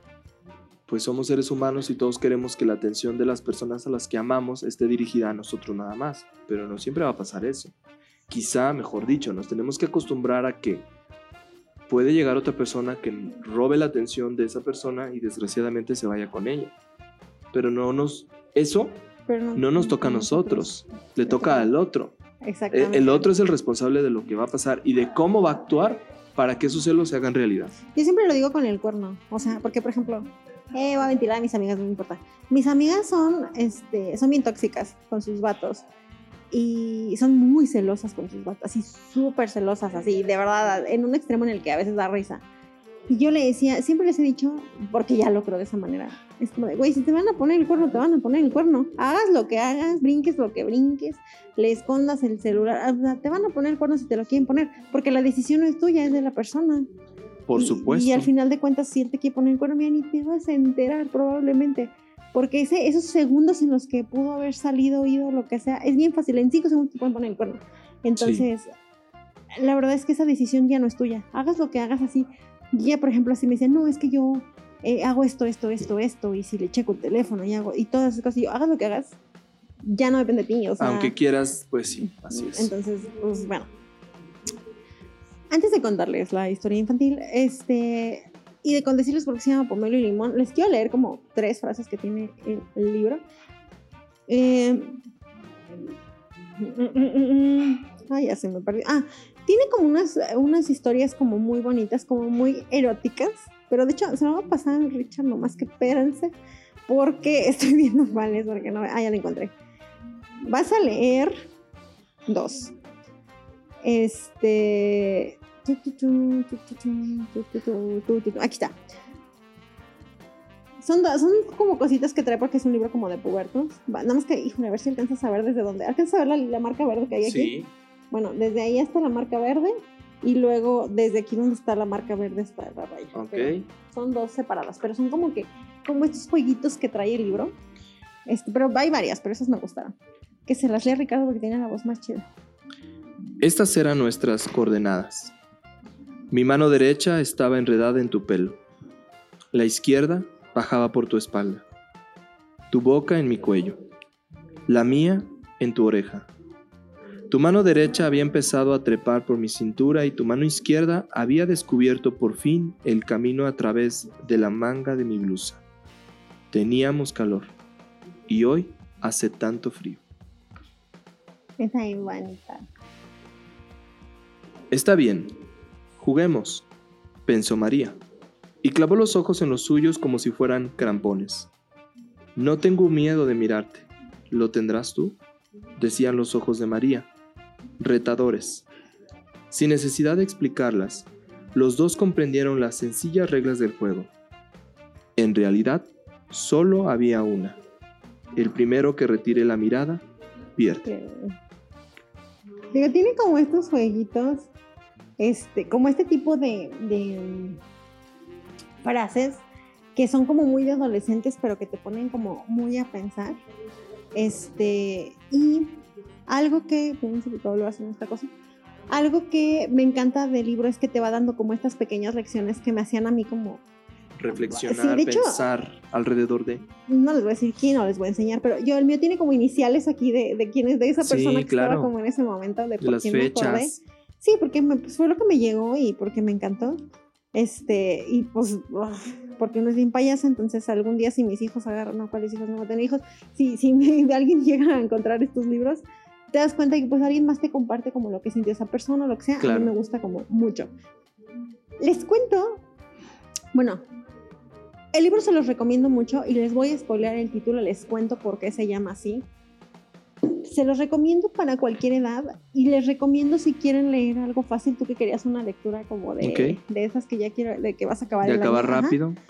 pues somos seres humanos y todos queremos que la atención de las personas a las que amamos esté dirigida a nosotros nada más. Pero no siempre va a pasar eso. Quizá, mejor dicho, nos tenemos que acostumbrar a que puede llegar otra persona que robe la atención de esa persona y desgraciadamente se vaya con ella. Pero no nos... Eso Pero no, no nos toca a nosotros, nosotros. Le toca al otro. Exactamente. El otro es el responsable de lo que va a pasar y de cómo va a actuar para que esos celos se hagan realidad. Yo siempre lo digo con el cuerno. O sea, porque por ejemplo, eh, voy a ventilar a mis amigas, no me importa. Mis amigas son, este, son bien tóxicas con sus vatos. Y son muy celosas con sus vatos, así súper celosas, así, de verdad, en un extremo en el que a veces da risa. Y yo le decía, siempre les he dicho, porque ya lo creo de esa manera, es como de, güey, si te van a poner el cuerno, te van a poner el cuerno. Hagas lo que hagas, brinques lo que brinques, le escondas el celular, o sea, te van a poner el cuerno si te lo quieren poner, porque la decisión no es tuya, es de la persona. Por y, supuesto. Y al final de cuentas, si él te quiere poner el cuerno, mira, ni te vas a enterar probablemente. Porque ese, esos segundos en los que pudo haber salido, oído, lo que sea, es bien fácil. En cinco segundos te pueden poner el cuerno. Entonces, sí. La verdad es que esa decisión ya no es tuya. Hagas lo que hagas así. Ya, por ejemplo, así me dicen, no, es que yo eh, hago esto, esto, esto, esto, y si le checo el teléfono y hago, y todas esas cosas, y yo, hagas lo que hagas, ya no depende de ti. O sea, aunque quieras, pues sí, así es. Entonces, pues bueno. Antes de contarles la historia infantil, este... y de con decirles por qué se llama Pomelo y Limón, les quiero leer como tres frases que tiene el, el libro. Eh, ay, ya se me perdió. Ah, tiene como unas, unas historias como muy bonitas, como muy eróticas, pero de hecho se me va a pasar a Richard nomás que espérense, porque estoy viendo mal eso, porque no... Ah, ya la encontré. Vas a leer dos. Este... Aquí está. Son, son como cositas que trae porque es un libro como de pubertos. Nada más que, híjole, a ver si alcanzas a ver desde dónde. ¿Alcanzas a ver la, la marca verde que hay aquí? Sí. Bueno, desde ahí hasta la marca verde y luego desde aquí donde está la marca verde hasta la raya. Ok. Pero son dos separadas, pero son como que, como estos jueguitos que trae el libro. Este, pero hay varias, pero esas me gustaron. Que se las lea Ricardo porque tiene la voz más chida. Estas eran nuestras coordenadas. Mi mano derecha estaba enredada en tu pelo. La izquierda bajaba por tu espalda. Tu boca en mi cuello. La mía en tu oreja. Tu mano derecha había empezado a trepar por mi cintura y tu mano izquierda había descubierto por fin el camino a través de la manga de mi blusa. Teníamos calor y hoy hace tanto frío. Está muy bonita. Está bien. Juguemos, pensó María, y clavó los ojos en los suyos como si fueran crampones. No tengo miedo de mirarte. ¿Lo tendrás tú?, decían los ojos de María, retadores. Sin necesidad de explicarlas, los dos comprendieron las sencillas reglas del juego. En realidad, solo había una. El primero que retire la mirada, pierde. Digo, tiene como estos jueguitos... Este, como este tipo de, de um, frases que son como muy de adolescentes, pero que te ponen como muy a pensar. Este, y algo que, esta cosa, algo que me encanta del libro es que te va dando como estas pequeñas lecciones que me hacían a mí como reflexionar, sí, de hecho, pensar alrededor de... No les voy a decir quién, no les voy a enseñar, pero yo, el mío tiene como iniciales aquí de, de quién es, de esa persona sí, que claro. estaba como en ese momento, de por las quién me acordé. fechas. Sí, porque me, pues, fue lo que me llegó y porque me encantó. Este, y pues, uf, porque uno es bien payasa, entonces algún día si mis hijos agarran, no, ¿cuáles hijos no voy a tener hijos? Si, si me, alguien llega a encontrar estos libros, te das cuenta que pues alguien más te comparte como lo que sintió esa persona o lo que sea. Claro. A mí me gusta como mucho. Les cuento, bueno, el libro se los recomiendo mucho y les voy a spoilear el título, les cuento por qué se llama así. Se los recomiendo para cualquier edad y les recomiendo si quieren leer algo fácil, tú que querías una lectura como de, okay. de esas que ya quiero, de que vas a acabar de el acabar año. rápido. Ajá.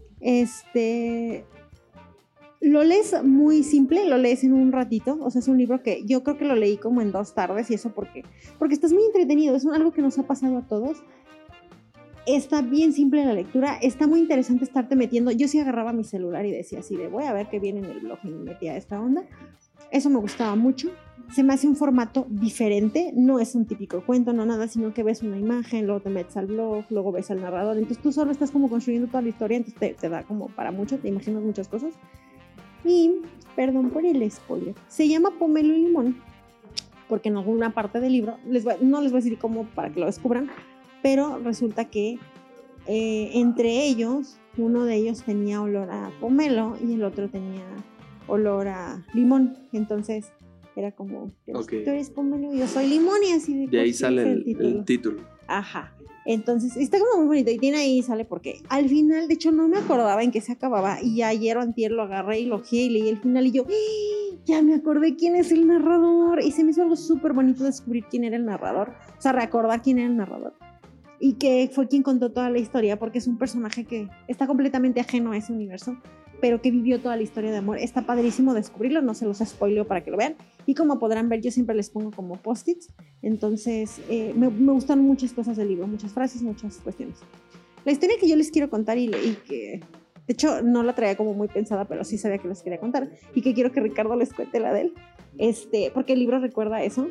Este, lo lees muy simple, lo lees en un ratito, o sea, es un libro que yo creo que lo leí como en dos tardes y eso porque, porque estás muy entretenido, es algo que nos ha pasado a todos. Está bien simple la lectura, está muy interesante estarte metiendo. Yo sí agarraba mi celular y decía así de voy a ver qué viene en el blog y me metía a esta onda. Eso me gustaba mucho. Se me hace un formato diferente, no es un típico cuento, no nada, sino que ves una imagen, luego te metes al blog, luego ves al narrador, entonces tú solo estás como construyendo toda la historia, entonces te, te da como para mucho, te imaginas muchas cosas. Y, perdón por el spoiler, se llama Pomelo y Limón, porque en alguna parte del libro, les voy, no les voy a decir cómo para que lo descubran, pero resulta que eh, entre ellos, uno de ellos tenía olor a pomelo y el otro tenía olor a limón. Entonces era como, okay. Tú eres pomelo y yo soy limón y así de... De ahí sale el, el, título. el título. Ajá. Entonces está como muy bonito y tiene ahí, sale porque al final, de hecho no me acordaba en qué se acababa y ayer o antier lo agarré y lo ojeé y leí el final y yo, ¡ah! Ya me acordé quién es el narrador y se me hizo algo súper bonito descubrir quién era el narrador, o sea, recordar quién era el narrador. Y que fue quien contó toda la historia, porque es un personaje que está completamente ajeno a ese universo, pero que vivió toda la historia de amor. Está padrísimo descubrirlo, no se los spoileo para que lo vean. Y como podrán ver, yo siempre les pongo como post-its. Entonces, eh, me, me gustan muchas cosas del libro, muchas frases, muchas cuestiones. La historia que yo les quiero contar y, y que, de hecho, no la traía como muy pensada, pero sí sabía que les quería contar y que quiero que Ricardo les cuente la de él, este, porque el libro recuerda eso.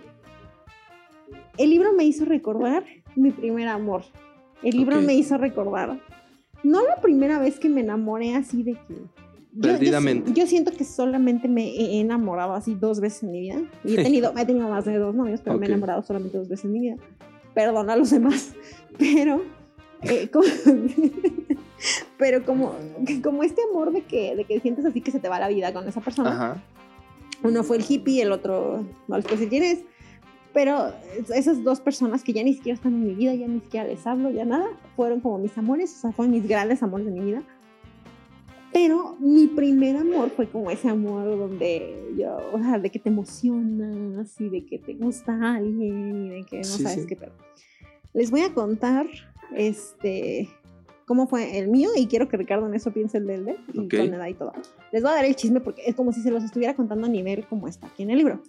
El libro me hizo recordar mi primer amor. El libro okay. me hizo recordar, no la primera vez que me enamoré así de que... Perdidamente. Yo, yo, yo siento que solamente me he enamorado así dos veces en mi vida. Y he tenido, he tenido más de dos novios, pero okay. me he enamorado solamente dos veces en mi vida. Perdón a los demás. Pero... Eh, como, pero como, como este amor de que, de que sientes así que se te va la vida con esa persona. Ajá. Uno fue el hippie, el otro no les puedo decir quién es. Pero esas dos personas que ya ni siquiera están en mi vida, ya ni siquiera les hablo, ya nada, fueron como mis amores, o sea, fueron mis grandes amores de mi vida. Pero mi primer amor fue como ese amor donde yo, o sea, de que te emocionas y de que te gusta alguien y de que no sí, sabes sí. qué pedo. Les voy a contar este, cómo fue el mío y quiero que Ricardo en eso piense el del de y okay. con edad y todo. Les voy a dar el chisme porque es como si se los estuviera contando a nivel como está aquí en el libro.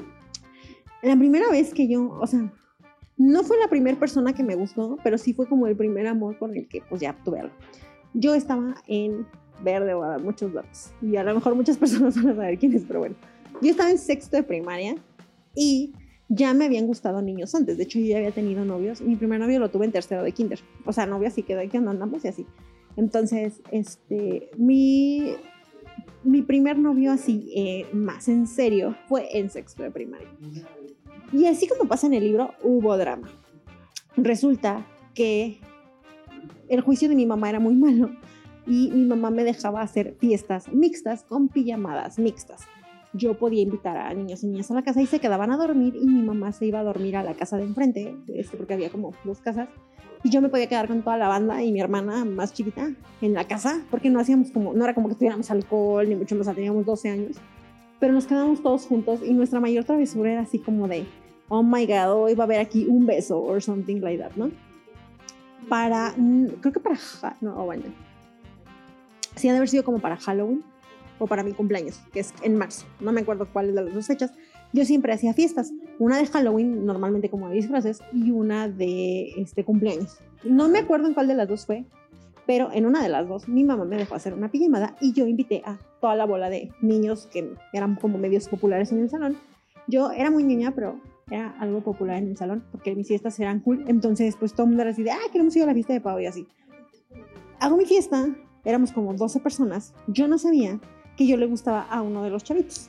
La primera vez que yo, o sea, no fue la primera persona que me gustó, pero sí fue como el primer amor con el que pues ya tuve algo. Yo estaba en verde, voy a dar muchos datos, y a lo mejor muchas personas van a saber quién es, pero bueno. Yo estaba en sexto de primaria y ya me habían gustado niños antes. De hecho, yo ya había tenido novios. Mi primer novio lo tuve en tercero de kinder. O sea, novio así que de que andamos y así. Entonces, este, mi... mi primer novio así, eh, más en serio, fue en sexto de primaria. Y así como pasa en el libro, hubo drama. Resulta que el juicio de mi mamá era muy malo y mi mamá me dejaba hacer fiestas mixtas con pijamadas mixtas. Yo podía invitar a niños y niñas a la casa y se quedaban a dormir y mi mamá se iba a dormir a la casa de enfrente, este, porque había como dos casas. Y yo me podía quedar con toda la banda y mi hermana más chiquita en la casa, porque no hacíamos como, no era como que tuviéramos alcohol, ni mucho más, teníamos doce años, pero nos quedábamos todos juntos y nuestra mayor travesura era así como de, oh my God, hoy va a haber aquí un beso or something like that, ¿no? Para, creo que para, no, bueno, sí ha de haber sido como para Halloween o para mi cumpleaños, que es en marzo, no me acuerdo cuál es de las dos fechas. Yo siempre hacía fiestas, una de Halloween, normalmente como de disfraces, y una de este, cumpleaños. No me acuerdo en cuál de las dos fue, Pero en una de las dos, mi mamá me dejó hacer una pijamada y yo invité a toda la bola de niños que eran como medios populares en el salón. Yo era muy niña, pero era algo popular en el salón porque mis fiestas eran cool. Entonces, pues todo el mundo era así de, ah, queremos ir a la fiesta de Pau y así. Hago mi fiesta, éramos como doce personas. Yo no sabía que yo le gustaba a uno de los chavitos.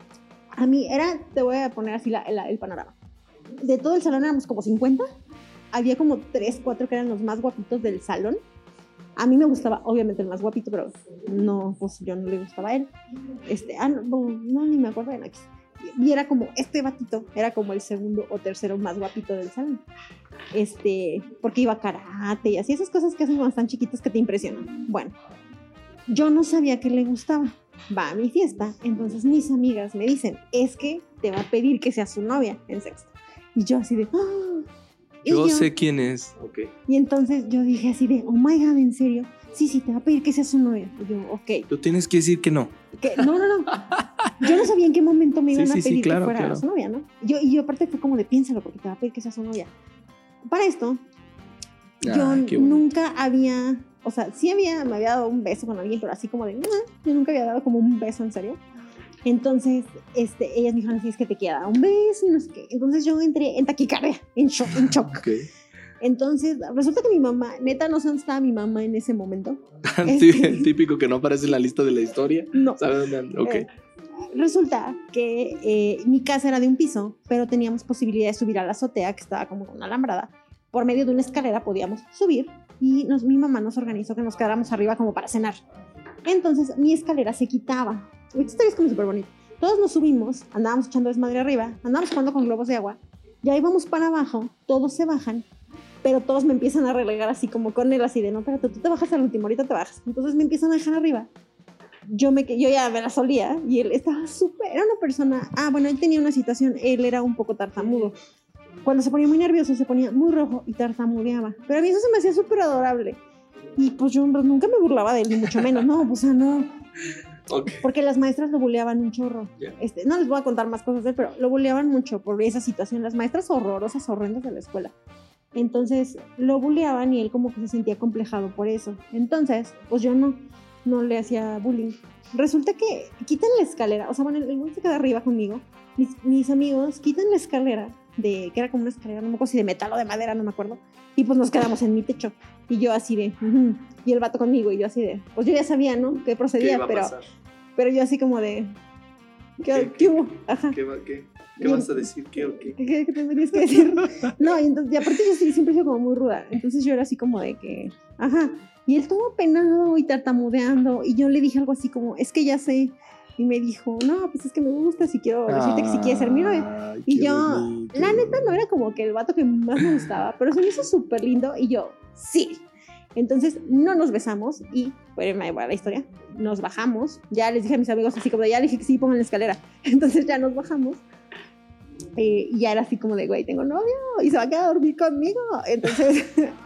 A mí era, te voy a poner así la, la, el panorama. De todo el salón éramos como cincuenta. Había como tres, cuatro que eran los más guapitos del salón. A mí me gustaba, obviamente, el más guapito, pero no, pues yo no le gustaba a él. Este, ah, no, no, ni me acuerdo de nada. Y era como, este batito era como el segundo o tercero más guapito del salón. Este, porque iba a karate y así, esas cosas que hacen cuando están chiquitos que te impresionan. Bueno, yo no sabía que le gustaba. Va a mi fiesta, entonces mis amigas me dicen, es que te va a pedir que seas su novia en sexto. Y yo así de, ¡oh! Yo, yo sé quién es. Okay. Y entonces yo dije así de, oh my God, ¿en serio? Sí, sí, te va a pedir que seas su novia. Y yo, ok. Tú tienes que decir que no. Que, no, no, no. Yo no sabía en qué momento me iban sí, sí, a pedir sí, claro, que fuera claro. su novia, ¿no? Yo, y yo aparte fue como de, piénsalo, porque te va a pedir que seas su novia. Para esto, ah, yo nunca había, o sea, sí había, me había dado un beso con alguien, pero así como de, no, yo nunca había dado como un beso en serio. Entonces, este, ellas me dijeron, así es que te quiera dar un beso y no sé qué. Entonces yo entré en taquicardia, en shock, en shock. Okay. Entonces, resulta que mi mamá, neta, no sé dónde estaba mi mamá en ese momento. Sí, este, el típico que no aparece en la lista de la historia. No. ¿Sabe dónde anda? Ok. Eh, resulta que eh, mi casa era de un piso, pero teníamos posibilidad de subir a la azotea, que estaba como con una alambrada. Por medio de una escalera podíamos subir y nos, mi mamá nos organizó que nos quedáramos arriba como para cenar. Entonces, mi escalera se quitaba. Esta historia es como súper bonita. Todos nos subimos, andábamos echando desmadre arriba, andábamos jugando con globos de agua, ya íbamos para abajo, todos se bajan, pero todos me empiezan a relegar así como con él, así de, no, espérate, tú te bajas al último, ahorita te bajas. Entonces me empiezan a dejar arriba. Yo, me, yo ya me la solía y él estaba súper, era una persona, ah, bueno, él tenía una situación, él era un poco tartamudo. Cuando se ponía muy nervioso, se ponía muy rojo y tartamudeaba. Pero a mí eso se me hacía súper adorable. Y pues yo pues, nunca me burlaba de él, ni mucho menos, no, pues o sea, no. Okay. Porque las maestras lo buleaban un chorro. Yeah. Este, no les voy a contar más cosas de él, pero lo buleaban mucho por esa situación. Las maestras horrorosas, horrendas de la escuela. Entonces lo buleaban y él como que se sentía complejado por eso. Entonces, pues yo no, no le hacía bullying. Resulta que quitan la escalera, o sea, bueno, el güey se queda arriba conmigo. Mis, mis amigos quitan la escalera, de, que era como una escalera, no me acuerdo si de metal o de madera, no me acuerdo. Y pues nos quedamos en mi techo. Y yo así de, uh-huh. Y el vato conmigo, y yo así de, pues yo ya sabía, ¿no? Que procedía, ¿Qué pero, pero yo así como de, ¿qué, ¿Qué, qué hubo? Ajá. ¿Qué, qué, qué vas a decir? ¿Qué o qué? ¿Qué, qué, qué tendrías que decir? No, y, entonces, y aparte yo sí, siempre soy como muy ruda. Entonces yo era así como de que, ajá. Y él todo penado y tartamudeando. Y yo le dije algo así como, es que ya sé. Y me dijo, no, pues es que me gusta, si quiero decirte que si quieres ser mi novia. Y yo, bonito. La neta no era como que el vato que más me gustaba, pero se me hizo súper lindo y yo, sí. Entonces no nos besamos y, pues me va la historia, nos bajamos. Ya les dije a mis amigos así como, ya les dije que sí, pongan la escalera. Entonces ya nos bajamos. Eh, y ya era así como de, güey, tengo novio y se va a quedar a dormir conmigo. Entonces...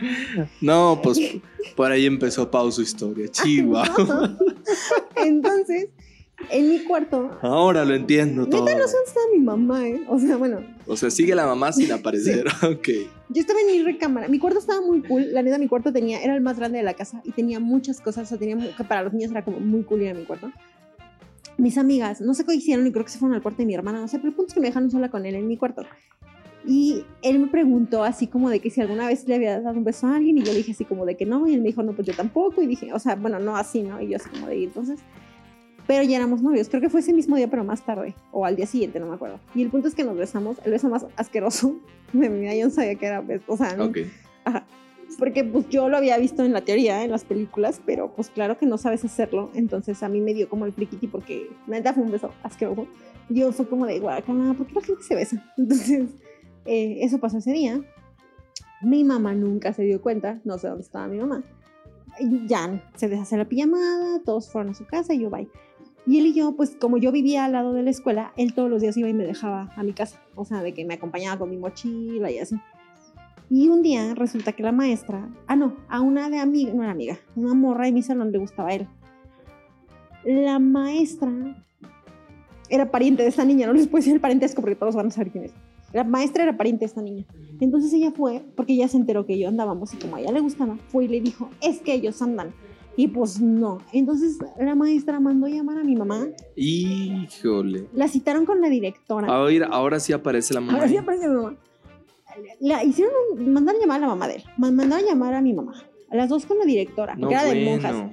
No, pues por ahí empezó Pau su historia, chihuahua. Entonces... En mi cuarto. Ahora lo entiendo todo. Neta, no sé dónde está mi mamá, ¿eh? O sea, bueno. O sea, sigue la mamá sin aparecer. Sí. Ok. Yo estaba en mi recámara. Mi cuarto estaba muy cool. La neta, mi cuarto tenía, era el más grande de la casa y tenía muchas cosas. O sea, tenía, que para los niños era como muy cool ir a mi cuarto. Mis amigas, no sé qué hicieron y creo que se fueron al cuarto de mi hermana. No sé, pero el punto es que me dejaron sola con él en mi cuarto. Y él me preguntó así como de que si alguna vez le había dado un beso a alguien y yo dije así como de que no. Y él me dijo, no, pues yo tampoco. Y dije, o sea, bueno, no así, ¿no? Y yo así como de, y entonces... Pero ya éramos novios, creo que fue ese mismo día, pero más tarde, o al día siguiente, no me acuerdo. Y el punto es que nos besamos, el beso más asqueroso de mi vida, yo no sabía que era beso, o sea, okay. Ajá, porque pues yo lo había visto en la teoría, en las películas, pero pues claro que no sabes hacerlo, entonces a mí me dio como el friquiti porque neta fue un beso asqueroso. Yo fue como de, guacala, ¿por qué la gente se besa? Entonces, eh, eso pasó ese día. Mi mamá nunca se dio cuenta, no sé dónde estaba mi mamá. Y ya se deshace la pijamada, todos fueron a su casa y yo bye. Y él y yo, pues como yo vivía al lado de la escuela, él todos los días iba y me dejaba a mi casa. O sea, de que me acompañaba con mi mochila y así. Y un día resulta que la maestra... Ah, no, a una de amiga, no era amiga, una morra de mi salón le gustaba a él. La maestra era pariente de esta niña, no les puedo decir el parentesco porque todos van a saber quién es. La maestra era pariente de esta niña. Entonces ella fue, porque ella se enteró que yo andábamos y como a ella le gustaba, fue y le dijo, es que ellos andan. Y pues no. Entonces la maestra mandó llamar a mi mamá. Híjole. La citaron con la directora. Ahora, ahora sí aparece la mamá. Ahora sí aparece mi mamá. La hicieron, mandaron llamar a la mamá de él. Mandaron llamar a mi mamá. A las dos con la directora, porque No, era de bueno. monjas.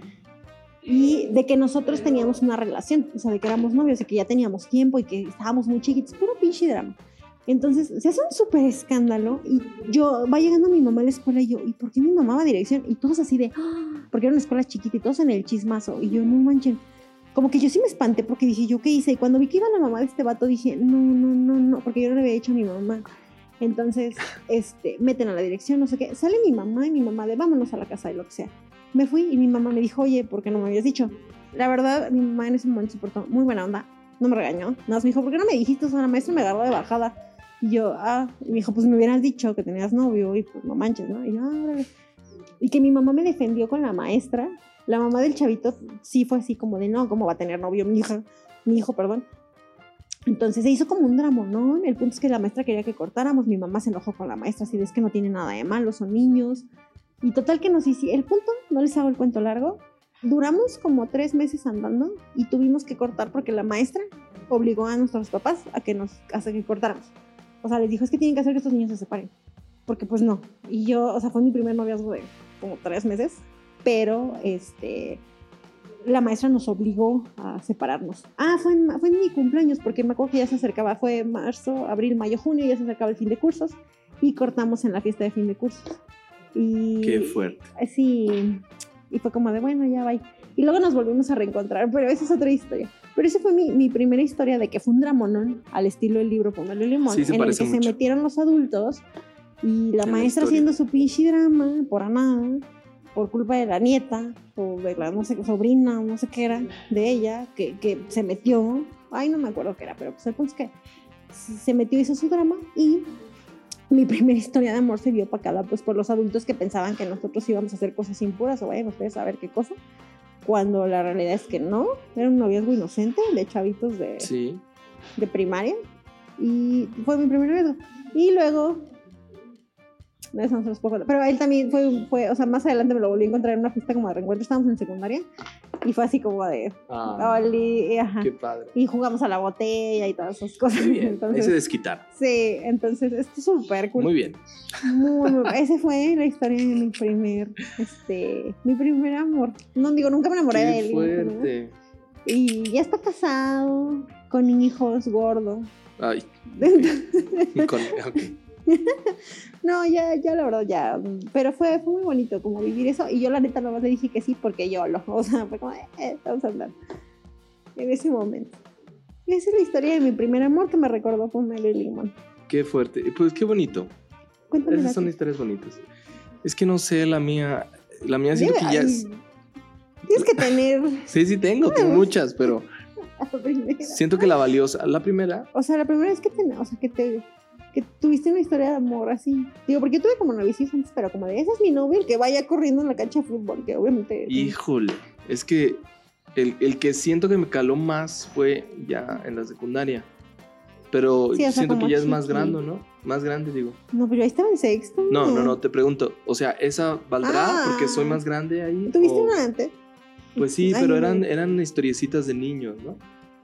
Y de que nosotros teníamos una relación, o sea, de que éramos novios y que ya teníamos tiempo y que estábamos muy chiquitos, puro pinche drama. Entonces se hace un súper escándalo y yo, va llegando mi mamá a la escuela y yo, ¿y por qué mi mamá va a dirección? Y todos así de, ¡ah! Porque era una escuela chiquita y todos en el chismazo. Y yo, no manchen, como que yo sí me espanté porque dije, ¿yo qué hice? Y cuando vi que iba la mamá de este vato dije, no, no, no, no, porque yo no le había dicho a mi mamá. Entonces, este, meten a la dirección, no sé qué. Sale mi mamá y mi mamá de, vámonos a la casa de lo que sea. Me fui y mi mamá me dijo, oye, ¿por qué no me habías dicho? La verdad, mi mamá en ese momento se portó muy buena onda. No me regañó. Nada más me dijo, ¿por qué no me dijiste? O sea, la maestra me agarró de bajada. Y yo, ah, y me dijo, pues me hubieras dicho que tenías novio y pues no manches, ¿no? Y yo, ah, órale. Y que mi mamá me defendió con la maestra. La mamá del chavito sí fue así como de, no, ¿cómo va a tener novio mi hija? Mi hijo, perdón. Entonces se hizo como un dramonón. El punto es que la maestra quería que cortáramos. Mi mamá se enojó con la maestra, así de, es que no tiene nada de malo, son niños. Y total que nos hicimos, el punto, no les hago el cuento largo, duramos como tres meses andando y tuvimos que cortar porque la maestra obligó a nuestros papás a que nos, a que cortáramos. O sea, les dijo, es que tienen que hacer que estos niños se separen. Porque pues no. Y yo, o sea, fue mi primer noviazgo de como tres meses, pero este, la maestra nos obligó a separarnos. Ah, fue en, fue en mi cumpleaños, porque me acuerdo que ya se acercaba, fue marzo, abril, mayo, junio, ya se acercaba el fin de cursos y cortamos en la fiesta de fin de cursos. Y, qué fuerte. Sí, y fue como de, bueno, ya bye. Y luego nos volvimos a reencontrar, pero esa es otra historia. Pero esa fue mi, mi primera historia de que fue un dramonón al estilo del libro Pomelo y Limón, Sí, se en el que mucho. se metieron los adultos y la en maestra la haciendo su pinche drama por nada, por culpa de la nieta o de la, no sé, sobrina o no sé qué era de ella, que, que se metió, ay, no me acuerdo qué era, pero pues el punto es que se metió, hizo su drama y mi primera historia de amor se vio opacada pues por los adultos que pensaban que nosotros íbamos a hacer cosas impuras o vayan ustedes a ver qué cosa, cuando la realidad es que no, era un noviazgo inocente de chavitos de, sí. de primaria y fue mi primer noviazgo. Y luego, no, eso no se los puedo contar, pero él también fue, fue, o sea, más adelante me lo volví a encontrar en una fiesta como de reencuentro, estábamos en secundaria y fue así como de, ah, Oli, ajá. Qué padre. Y jugamos a la botella y todas esas cosas. Muy bien, entonces, ahí se desquitaron. Sí, entonces esto es súper cool. Muy bien. Muy, muy, ese fue la historia de mi primer, este, mi primer amor. No digo, nunca me enamoré Qué de él. fuerte. Y ya está casado, con hijos, gordo. Ay. Okay. Con, okay. No, ya, ya la verdad, ya. Pero fue, fue muy bonito como vivir eso. Y yo la neta nomás le dije que sí porque yo lo, o sea, fue como, eh, vamos a hablar. En ese momento. Y esa es la historia de mi primer amor que me recordó Pomelo y Limón. Qué fuerte. Pues qué bonito. Cuéntame. Esas son historias bonitas. Es que no sé, la mía, la mía siento que ya es... Tienes que tener... Sí, sí tengo, tengo muchas, pero siento que la valiosa, la primera... O sea, la primera vez que te, o sea, que te, que tuviste una historia de amor así. Digo, porque yo tuve como novicios antes, pero como de, ese es mi novio, el que vaya corriendo en la cancha de fútbol, que obviamente... Híjole, es que el, el que siento que me caló más fue ya en la secundaria. Pero sí, o sea, siento que ya chiqui. Es más grande, ¿no? Más grande, digo. No, pero yo ahí estaba en sexto. No, no, no, te pregunto. O sea, ¿esa valdrá ah, porque soy más grande ahí? ¿Tuviste o... una antes? Pues sí, Ay, pero eran, eran historiecitas de niños, ¿no?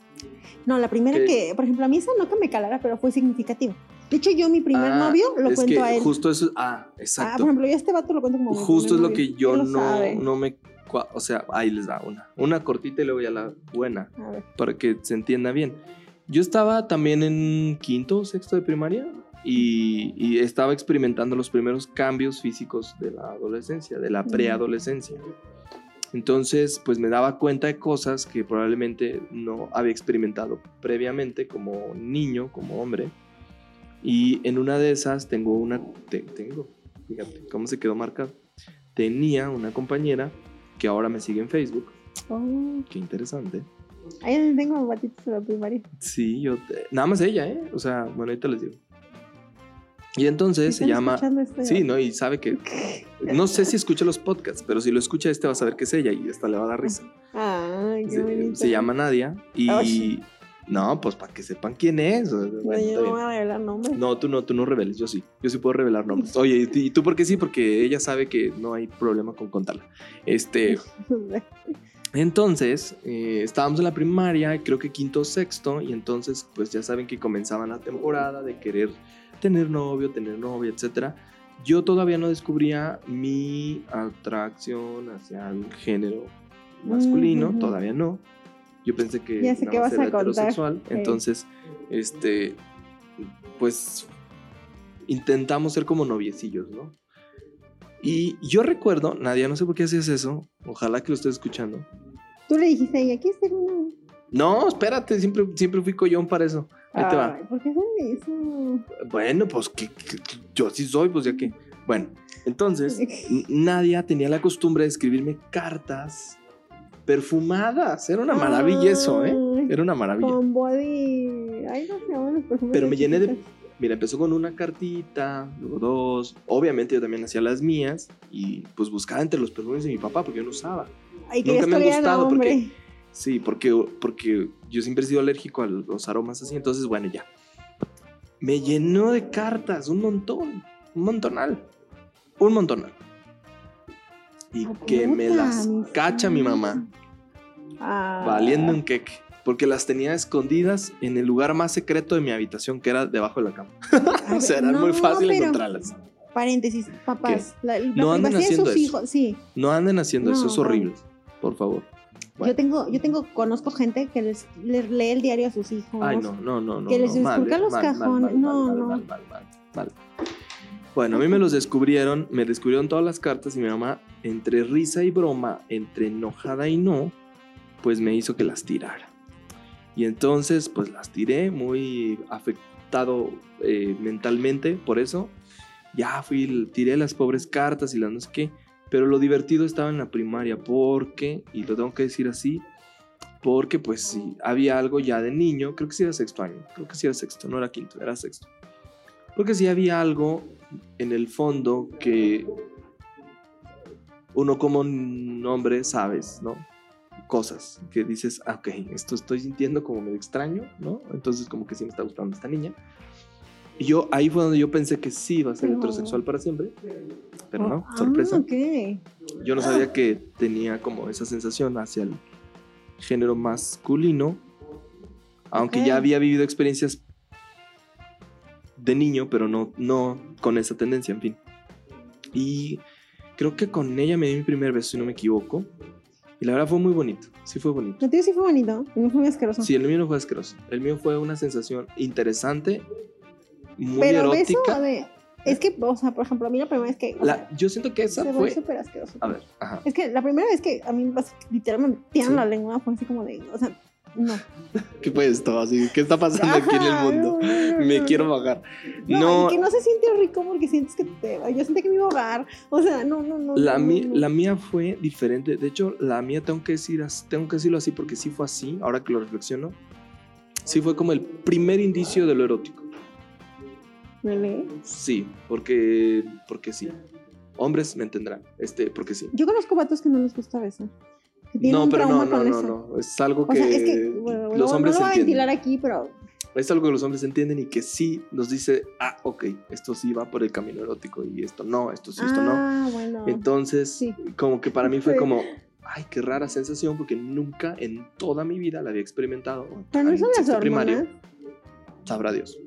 No, la primera que... que, por ejemplo, a mí esa no que me calara, pero fue significativa. De hecho, yo mi primer ah, novio lo es cuento que a él. Justo eso, ah, exacto. Ah, por ejemplo, yo a este vato lo cuento como mi Justo es lo novio. que yo lo no, no me... O sea, ahí les da una. Una cortita y luego ya la buena. A ver. Para que se entienda bien. Yo estaba también en quinto o sexto de primaria y, y estaba experimentando los primeros cambios físicos de la adolescencia, de la preadolescencia. Entonces, pues me daba cuenta de cosas que probablemente no había experimentado previamente como niño, como hombre. Y en una de esas tengo una... Te, tengo, fíjate cómo se quedó marcado. Tenía una compañera que ahora me sigue en Facebook. Oh. Qué interesante. Ahí tengo batitos de la primaria. Sí, yo... Te, nada más ella, ¿eh? O sea, bueno, ahorita les digo. Y entonces se llama... Este sí, ¿no? Y sabe que... No sé si escucha los podcasts, pero si lo escucha este va a saber que es ella y esta le va a dar risa. Ay, qué bonito. Se, se llama Nadia y, No, pues para que sepan quién es. No, Bueno, yo está no bien. voy a revelar nombres. No, tú no, tú no reveles, yo sí. Yo sí puedo revelar nombres. Oye, ¿y tú- ¿y tú por qué sí? Porque ella sabe que no hay problema con contarla. Este, entonces, eh, estábamos en la primaria, creo que quinto o sexto, y entonces, pues ya saben que comenzaban la temporada de querer tener novio, tener novia, etcétera. Yo todavía no descubría mi atracción hacia el género masculino, Ujú. todavía no. Yo pensé que Ya sé nada qué más vas era a contar. heterosexual, Sí. entonces, este, pues intentamos ser como noviecillos, ¿no? Y yo recuerdo, Nadia, no sé por qué hacías eso, ojalá que lo estés escuchando. Tú le dijiste a ella, ¿quieres ser una? No, espérate, siempre, siempre fui collón para eso. Ahí te va. Ay, ¿por qué hacen eso? Bueno, pues que, que- que yo sí soy, pues ya que. Bueno, entonces, n- Nadia tenía la costumbre de escribirme cartas perfumadas. Era una maravilla eso, ¿eh? Ay, Era una maravilla. Con body. Ay, no sé, bueno, perfumes Pero me llené de. chiquitas. Mira, empezó con una cartita, luego dos. Obviamente yo también hacía las mías y pues buscaba entre los perfumes de mi papá porque yo no usaba. Ay, Nunca querías me han que olieran a gustado porque- hombre. Sí, porque, porque yo siempre he sido alérgico a los aromas así, entonces bueno, ya. Me llenó de cartas, un montón, un montonal, un montonal. Y Oh, que me puta, las mis cacha mi mamá, Ah. valiendo un queque, porque las tenía escondidas en el lugar más secreto de mi habitación, que era debajo de la cama. A O sea, ver, era no, muy fácil pero- encontrarlas. Paréntesis, papás. La, la No anden privacidad de haciendo sus eso. hijos, sí. No anden haciendo eso, No, es horrible, por favor. Bueno. Yo tengo, yo tengo, conozco gente que les, les lee el diario a sus hijos. Ay, no, no, no, no. Que les no, mal, esculca eh, los mal, cajones. mal, mal, No, mal, no. mal, mal, mal, mal. Bueno, a mí me los descubrieron, me descubrieron todas las cartas y mi mamá, entre risa y broma, entre enojada y no, pues me hizo que las tirara. Y entonces, pues las tiré, muy afectado eh, mentalmente por eso. Ya fui, tiré las pobres cartas y las no sé qué. Pero lo divertido estaba en la primaria porque, y lo tengo que decir así, porque pues sí, había algo ya de niño, creo que sí era sexto año, creo que sí era sexto, no era quinto, era sexto. Porque sí había algo en el fondo que uno como un hombre sabes, ¿no? Cosas que dices, ah, ok, esto estoy sintiendo como medio extraño, ¿no? Entonces como que sí me está gustando esta niña. Y yo, ahí fue donde yo pensé que sí iba a ser No. heterosexual para siempre, pero no, Ah, sorpresa. ok. Yo no sabía que tenía como esa sensación hacia el género masculino, aunque Ok. ya había vivido experiencias de niño, pero no, no con esa tendencia, en fin. Y creo que con ella me di mi primer beso, si no me equivoco. Y la verdad fue muy bonito, sí fue bonito. El tuyo sí fue bonito, y no fue muy asqueroso. Sí, el mío no fue asqueroso. El mío fue una sensación interesante, muy Pero beso erótica. de... Es que, o sea, por ejemplo, a mí la primera vez que... o sea, La, yo siento que esa se fue... ve súper asqueroso. A ver, ajá. Es que la primera vez que a mí pues, literalmente me metieron Sí. la lengua fue así como de... O sea, no. ¿Qué fue esto? Así, ¿qué está pasando aquí en el Ajá, mundo? no, no, no, Me no, quiero no. bajar. No, No, y que no se siente rico porque sientes que te... Yo sentí que me iba a ahogar. O sea, no, no, no. la, no, mi- no. la mía fue diferente. De hecho, la mía tengo que, decir, as- tengo que decirlo así porque sí fue así, ahora que lo reflexiono. Sí fue como el primer indicio de lo erótico. ¿Really? Sí, porque, porque sí. Hombres me entenderán, este, porque sí. Yo conozco vatos que no les gusta besar. Que tienen No, un pero no, trauma no, con no, eso. no. Es algo O que, sea, es que, bueno, los no, hombres no lo voy a entienden. ventilar aquí, pero Es algo que los hombres entienden y que sí nos dice, ah, ok, esto sí va por el camino erótico y esto no, esto sí, esto no. ah, bueno. Entonces, Sí. como que para mí fue Sí. como, ay, qué rara sensación porque nunca en toda mi vida la había experimentado. Pero no En son las sexto hormonas. primario, sabrá Dios.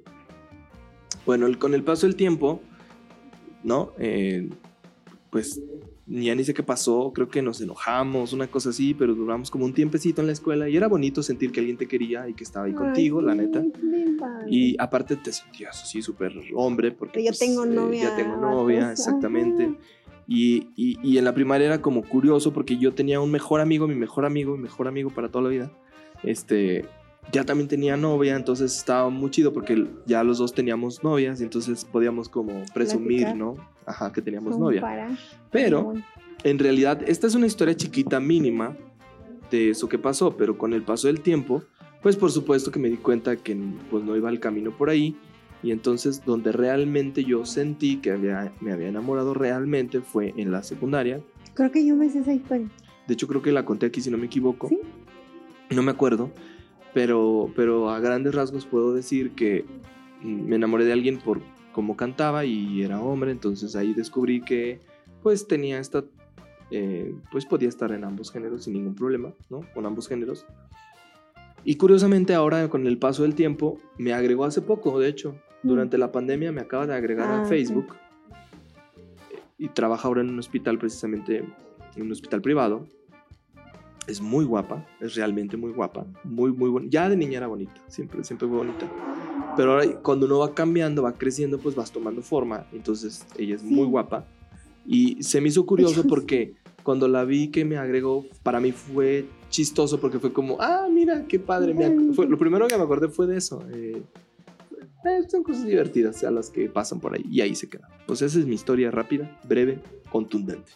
Bueno, el- con el paso del tiempo, ¿no? Eh, pues ya ni sé qué pasó, creo que nos enojamos, una cosa así, pero duramos como un tiempecito en la escuela y era bonito sentir que alguien te quería y que estaba ahí Ay, contigo, la sí, neta. bien padre. Y aparte te sentías así súper hombre porque Que yo pues, tengo eh, novia, ya tengo novia, vatos, exactamente. ajá. Y, y, y en la primaria era como curioso porque yo tenía un mejor amigo, mi mejor amigo, mi mejor amigo para toda la vida. Este, ya también tenía novia, entonces estaba muy chido porque ya los dos teníamos novias y entonces podíamos como presumir, Platicar. ¿no? Ajá, que teníamos Como novia. para- Pero bueno. en realidad esta es una historia chiquita, mínima de eso que pasó, pero con el paso del tiempo, pues por supuesto que me di cuenta que pues no iba el camino por ahí. Y entonces donde realmente yo sentí que había, me había enamorado realmente fue en la secundaria. Creo que yo me sé esa historia. De hecho creo que la conté aquí si no me equivoco. ¿Sí? No me acuerdo. pero, pero a grandes rasgos puedo decir que me enamoré de alguien por cómo cantaba y era hombre, entonces ahí descubrí que pues tenía esta, eh, pues podía estar en ambos géneros sin ningún problema, ¿no? Con ambos géneros. Y curiosamente ahora con el paso del tiempo me agregó hace poco, de hecho, durante la pandemia me acaba de agregar Ah, a Facebook sí. y trabaja ahora en un hospital, precisamente en un hospital privado. Es muy guapa, es realmente muy guapa, muy muy bonita. Ya de niña era bonita, siempre siempre fue bonita. Pero ahora cuando uno va cambiando, va creciendo, pues vas tomando forma. Entonces ella es Sí. muy guapa. Y se me hizo curioso porque cuando la vi que me agregó, para mí fue chistoso porque fue como, ah, mira, qué padre. Me ac- fue, lo primero que me acordé fue de eso. Eh, eh, son cosas divertidas a las que pasan por ahí. Y ahí se queda. Pues esa es mi historia rápida, breve, contundente.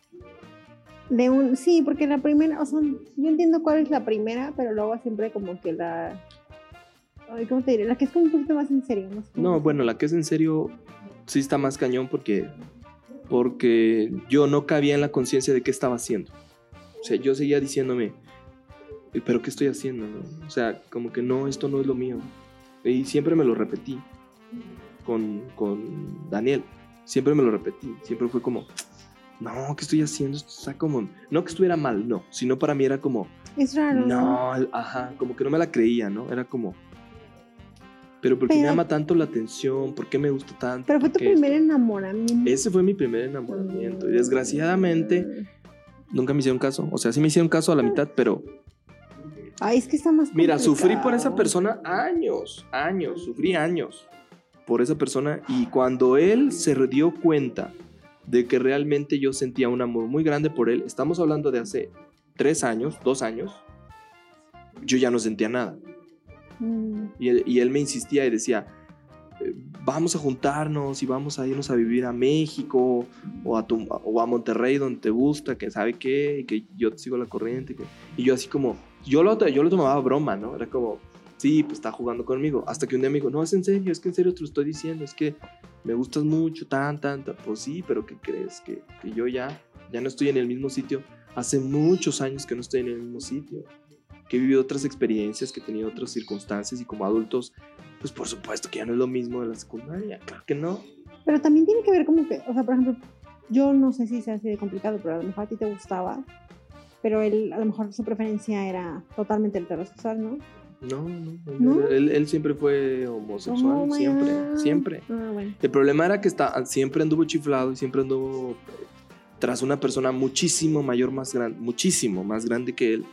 De un, sí, porque la primera, o sea, yo entiendo cuál es la primera, pero luego siempre como que la, ay, ¿cómo te diré? La que es como un poquito más en serio, ¿no? No, bueno, la que es en serio sí está más cañón porque, porque yo no cabía en la conciencia de qué estaba haciendo. O sea, yo seguía diciéndome, ¿pero qué estoy haciendo? ¿No? O sea, como que no, esto no es lo mío. Y siempre me lo repetí con, con Daniel. Siempre me lo repetí. Siempre fue como, no, ¿qué estoy haciendo? Esto está como, no que estuviera mal, no. Sino para mí era como, Es raro. no, ajá, como que no me la creía, ¿no? Era como, pero ¿por qué me Pero- llama tanto la atención? ¿Por qué me gusta tanto? Pero fue ¿Por tu qué primer esto? enamoramiento. Ese fue mi primer enamoramiento. Y desgraciadamente nunca me hicieron caso. O sea, sí me hicieron caso a la mitad, pero Ay, es que está más mira, sufrí por complicado. esa persona años, años, sufrí años por esa persona. Y cuando él se dio cuenta de que realmente yo sentía un amor muy grande por él, estamos hablando de hace tres años, dos años, yo ya no sentía nada. Mm. Y él, y él me insistía y decía, eh, vamos a juntarnos y vamos a irnos a vivir a México o a, tu, o a Monterrey donde te gusta, que sabe qué, y que yo te sigo la corriente. Que... Y yo así como, yo lo, yo lo tomaba a broma, ¿no? Era como, sí, pues está jugando conmigo. Hasta que un día me dijo, no, es en serio, es que en serio te lo estoy diciendo, es que me gustas mucho, tan, tan, tan. Pues sí, pero ¿qué crees? Que, que yo ya, ya no estoy en el mismo sitio. Hace muchos años que no estoy en el mismo sitio. Que he vivido otras experiencias, que he tenido otras circunstancias y como adultos, pues por supuesto que ya no es lo mismo de la secundaria, claro que no. Pero también tiene que ver como que, o sea, por ejemplo, yo no sé si sea así de complicado, pero a lo mejor a ti te gustaba, pero él, a lo mejor su preferencia era totalmente heterosexual, ¿no? No, no, ¿No? Él, él siempre fue homosexual, Oh, my siempre, God. siempre. Ah, bueno. El problema era que está, siempre anduvo chiflado y siempre anduvo eh, tras una persona muchísimo mayor, más grande, muchísimo más grande que él.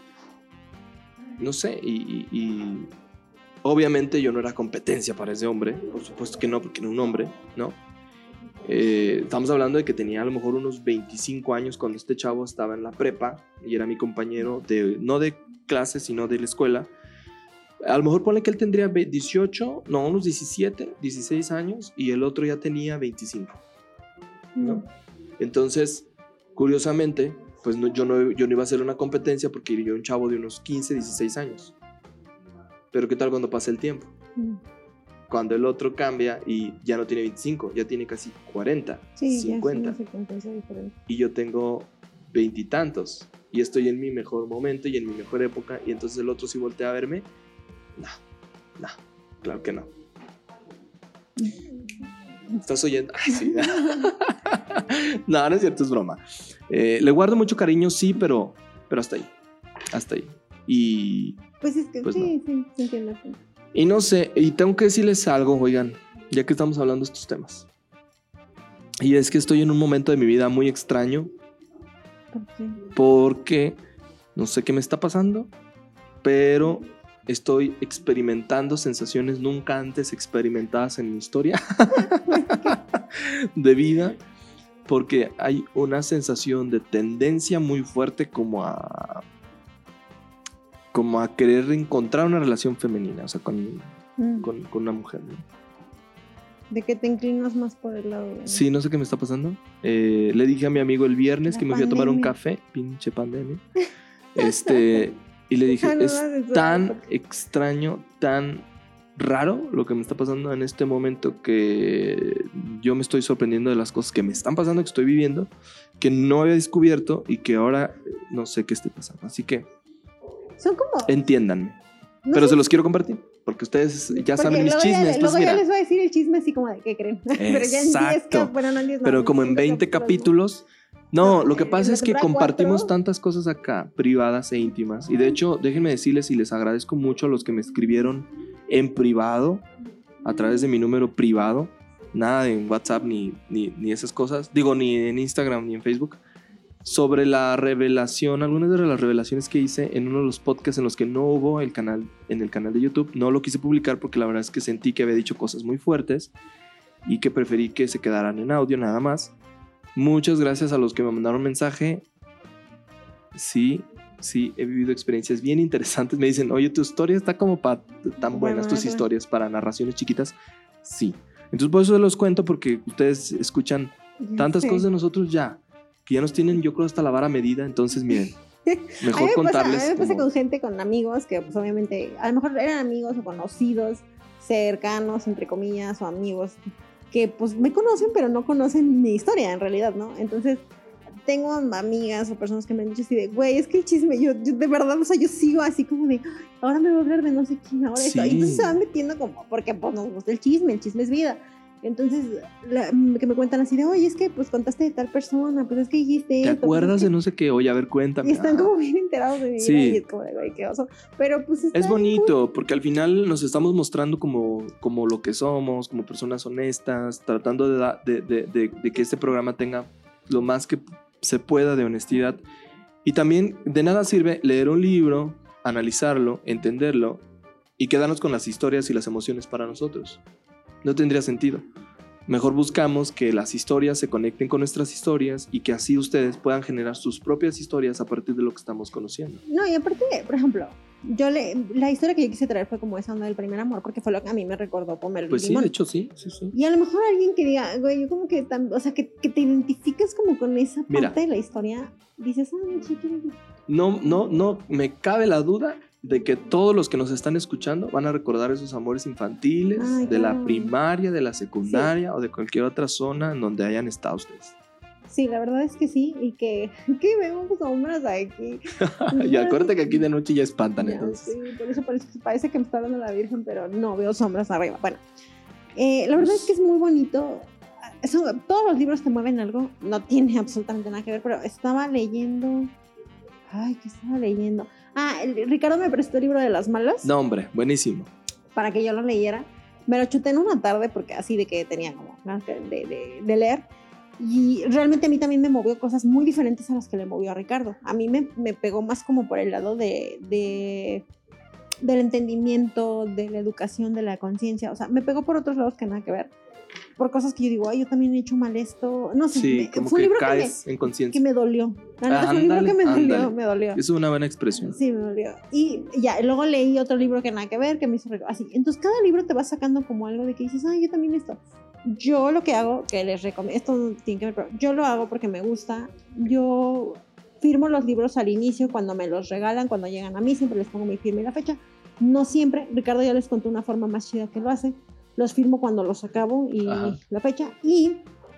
No sé, y, y, y obviamente yo no era competencia para ese hombre, por supuesto que no, porque era un hombre, ¿no? Eh, estamos hablando de que tenía a lo mejor unos veinticinco años cuando este chavo estaba en la prepa y era mi compañero, de, no de clase, sino de la escuela. A lo mejor ponle que él tendría dieciocho, no, unos diecisiete, dieciséis años y el otro ya tenía veinticinco, ¿no? Mm. Entonces, curiosamente, pues no, yo, no, yo no iba a hacer una competencia porque yo era un chavo de unos quince, dieciséis años. Pero ¿qué tal cuando pasa el tiempo? Mm. Cuando el otro cambia y ya no tiene veinticinco, ya tiene casi cuarenta, Sí, cincuenta. ya es una circunstancia diferente. Y yo tengo veintitantos. Y estoy en mi mejor momento y en mi mejor época. Y entonces el otro sí voltea a verme. No, no, claro que no. ¿Estás oyendo? Ay, sí. No, no es cierto, es broma. Eh, le guardo mucho cariño, sí, pero, pero hasta ahí. Hasta ahí. Y, Pues es que Pues sí, sí, sí entiendo. y no sé, y tengo que decirles algo, oigan, ya que estamos hablando de estos temas. Y es que estoy en un momento de mi vida muy extraño ¿Por qué? porque no sé qué me está pasando, pero estoy experimentando sensaciones nunca antes experimentadas en mi historia de vida, porque hay una sensación de tendencia muy fuerte como a como a querer encontrar una relación femenina, o sea, con, Mm. con, con una mujer, ¿no? De que te inclinas más por el lado de... Sí, no sé qué me está pasando. Eh, le dije a mi amigo el viernes La que me fui a tomar un pandemia. café, pinche pandemia. Este, y le dije, Ah, no, es no, eso- tan extraño, tan raro lo que me está pasando en este momento que yo me estoy sorprendiendo de las cosas que me están pasando, que estoy viviendo, que no había descubierto y que ahora eh, no sé qué esté pasando. Así que Son como... entiéndanme. No Pero sé. se los quiero compartir, porque ustedes ya Porque saben mis luego ya- chismes. Luego Pues ya mira, les voy a decir el chisme así como de ¿qué creen? Pero ya en diez, exacto. bueno, no en diez, no, Pero como en cinco veinte capítulos, capítulos. No, No, lo que en pasa la es que temporada compartimos cuatro. tantas cosas acá, privadas e íntimas. Y de hecho, déjenme decirles y les agradezco mucho a los que me escribieron en privado, a través de mi número privado. Nada en WhatsApp ni, ni, ni esas cosas. Digo, ni en Instagram ni en Facebook. Sobre la revelación, algunas de las revelaciones que hice en uno de los podcasts en los que no hubo el canal, en el canal de YouTube. No lo quise publicar porque la verdad es que sentí que había dicho cosas muy fuertes y que preferí que se quedaran en audio nada más. Muchas gracias a los que me mandaron mensaje. Sí, sí, he vivido experiencias bien interesantes. Me dicen, oye, tu historia está como para tan buenas, tus historias para narraciones chiquitas. Sí. Entonces por eso los cuento, porque ustedes escuchan tantas Sí. cosas de nosotros ya, que ya nos tienen, yo creo, hasta la vara medida. Entonces, miren, mejor a mí me contarles. Pasa, a mí me pasa como... con gente, con amigos que pues obviamente a lo mejor eran amigos o conocidos, cercanos, entre comillas, o amigos que pues me conocen pero no conocen mi historia en realidad, ¿no? Entonces tengo amigas o personas que me han dicho así de, güey, es que el chisme, yo, yo de verdad, o sea, yo sigo así como de, ahora me voy a hablar de no sé quién, ahora esto. Sí. Y entonces se van metiendo como, porque pues nos gusta el chisme, el chisme es vida. Entonces, la, que me cuentan así de, oye, es que pues contaste de tal persona, pues es que dijiste ¿Te esto. acuerdas pues, es de que... no sé qué? Oye, a ver, cuéntame. Y están Ah. como bien enterados de mi vida, Sí. y es como de, güey, qué oso. Pero pues está Es bonito, cool. porque al final nos estamos mostrando como, como lo que somos, como personas honestas, tratando de, da, de, de, de, de que este programa tenga lo más que se pueda de honestidad. Y también de nada sirve leer un libro, analizarlo, entenderlo y quedarnos con las historias y las emociones para nosotros. No tendría sentido. Mejor buscamos que las historias se conecten con nuestras historias y que así ustedes puedan generar sus propias historias a partir de lo que estamos conociendo. No, y aparte, por ejemplo, yo le, la historia que yo quise traer fue como esa onda del primer amor, porque fue lo que a mí me recordó Pomelo Pues y sí, Limón. de hecho sí, sí, sí. Y a lo mejor alguien que diga, güey, yo como que, tan, o sea, que, que te identifiques como con esa parte Mira, de la historia, dices, ah, no, sí, quiero ir. No, no, no, me cabe la duda de que todos los que nos están escuchando van a recordar esos amores infantiles, Ay, de claro. la primaria, de la secundaria, sí, o de cualquier otra zona en donde hayan estado ustedes. Sí, la verdad es que sí, y que, que vemos sombras aquí. Y acuérdate que aquí de noche ya espantan, Ya, entonces. sí, por eso parece, parece que me está hablando la Virgen, pero no veo sombras arriba. Bueno, eh, la verdad es que es muy bonito. Eso, todos los libros te mueven algo, no tiene absolutamente nada que ver, pero estaba leyendo... Ay, ¿qué estaba leyendo? Ah, el, Ricardo me prestó el libro de las malas. No, hombre, buenísimo. Para que yo lo leyera. Me lo chuté en una tarde porque así de que tenía como ganas de, de, de leer. Y realmente a mí también me movió cosas muy diferentes a las que le movió a Ricardo. A mí me, me pegó más como por el lado de, de, del entendimiento, de la educación, de la conciencia. O sea, me pegó por otros lados que nada que ver. Por cosas que yo digo, ay, yo también he hecho mal esto. No sé, sí, me, como fue que un libro caes que me, en conciencia. que me dolió. La neta, Ah, fue un libro ándale, que me dolió, ándale. me dolió. Es una buena expresión. Sí, me dolió. Y ya, luego leí otro libro que nada que ver, que me hizo recordar. Así. Entonces, cada libro te va sacando como algo de que dices, ay, yo también esto. Yo lo que hago, que les recomiendo, esto no tiene que ver, pero yo lo hago porque me gusta. Yo firmo los libros al inicio, cuando me los regalan, cuando llegan a mí, siempre les pongo mi firma y la fecha. No siempre, Ricardo ya les contó una forma más chida que lo hace. Los firmo cuando los acabo y Ajá. la fecha. Y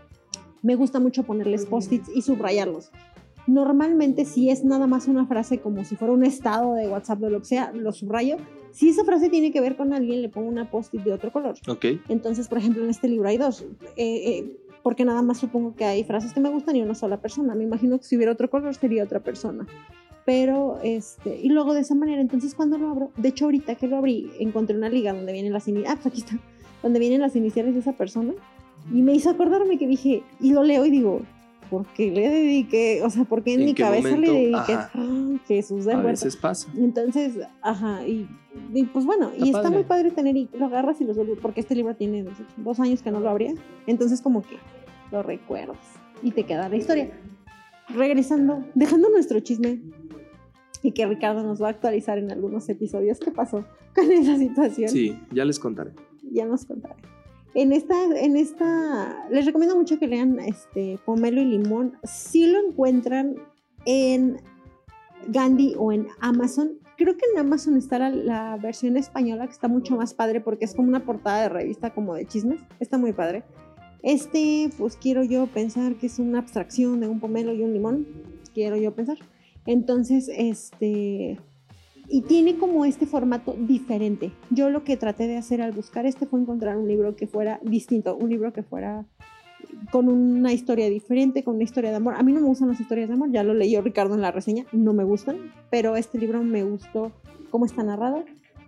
me gusta mucho ponerles post-its y subrayarlos. Normalmente, si es nada más una frase como si fuera un estado de WhatsApp o lo que sea, lo subrayo. Si esa frase tiene que ver con alguien, le pongo una post-it de otro color. Okay. Entonces, por ejemplo, en este libro hay dos. Eh, eh, porque nada más supongo que hay frases que me gustan y una sola persona. Me imagino que si hubiera otro color sería otra persona. Pero, este, y luego de esa manera, entonces cuando lo abro, de hecho ahorita que lo abrí, encontré una liga donde vienen las iniciales, ah, pues aquí está, donde vienen las iniciales de esa persona, y me hizo acordarme que dije, y lo leo y digo, ¿por qué le dediqué? O sea, ¿por qué en, ¿En mi cabeza momento? Le dediqué? ¡Ah, Jesús del A huerto! veces pasa. Entonces, ajá, y, y pues bueno, está y está padre. Muy padre tener, y lo agarras y lo vuelves, porque este libro tiene dos, dos años que no lo abría, entonces como que lo recuerdas y te queda la historia. Regresando, dejando nuestro chisme, y que Ricardo nos va a actualizar en algunos episodios qué pasó con esa situación. Sí, ya les contaré. Ya nos contaré. En esta, en esta, les recomiendo mucho que lean este Pomelo y Limón. Si lo encuentran en Gandhi o en Amazon. Creo que en Amazon está la, la versión española, que está mucho más padre porque es como una portada de revista como de chismes. Está muy padre. Este, pues quiero yo pensar que es una abstracción de un pomelo y un limón. Quiero yo pensar. Entonces, este, y tiene como este formato diferente. Yo lo que traté de hacer al buscar este fue encontrar un libro que fuera distinto, un libro que fuera con una historia diferente, con una historia de amor. A mí no me gustan las historias de amor, ya lo leyó Ricardo en la reseña, no me gustan, pero este libro me gustó cómo está narrado.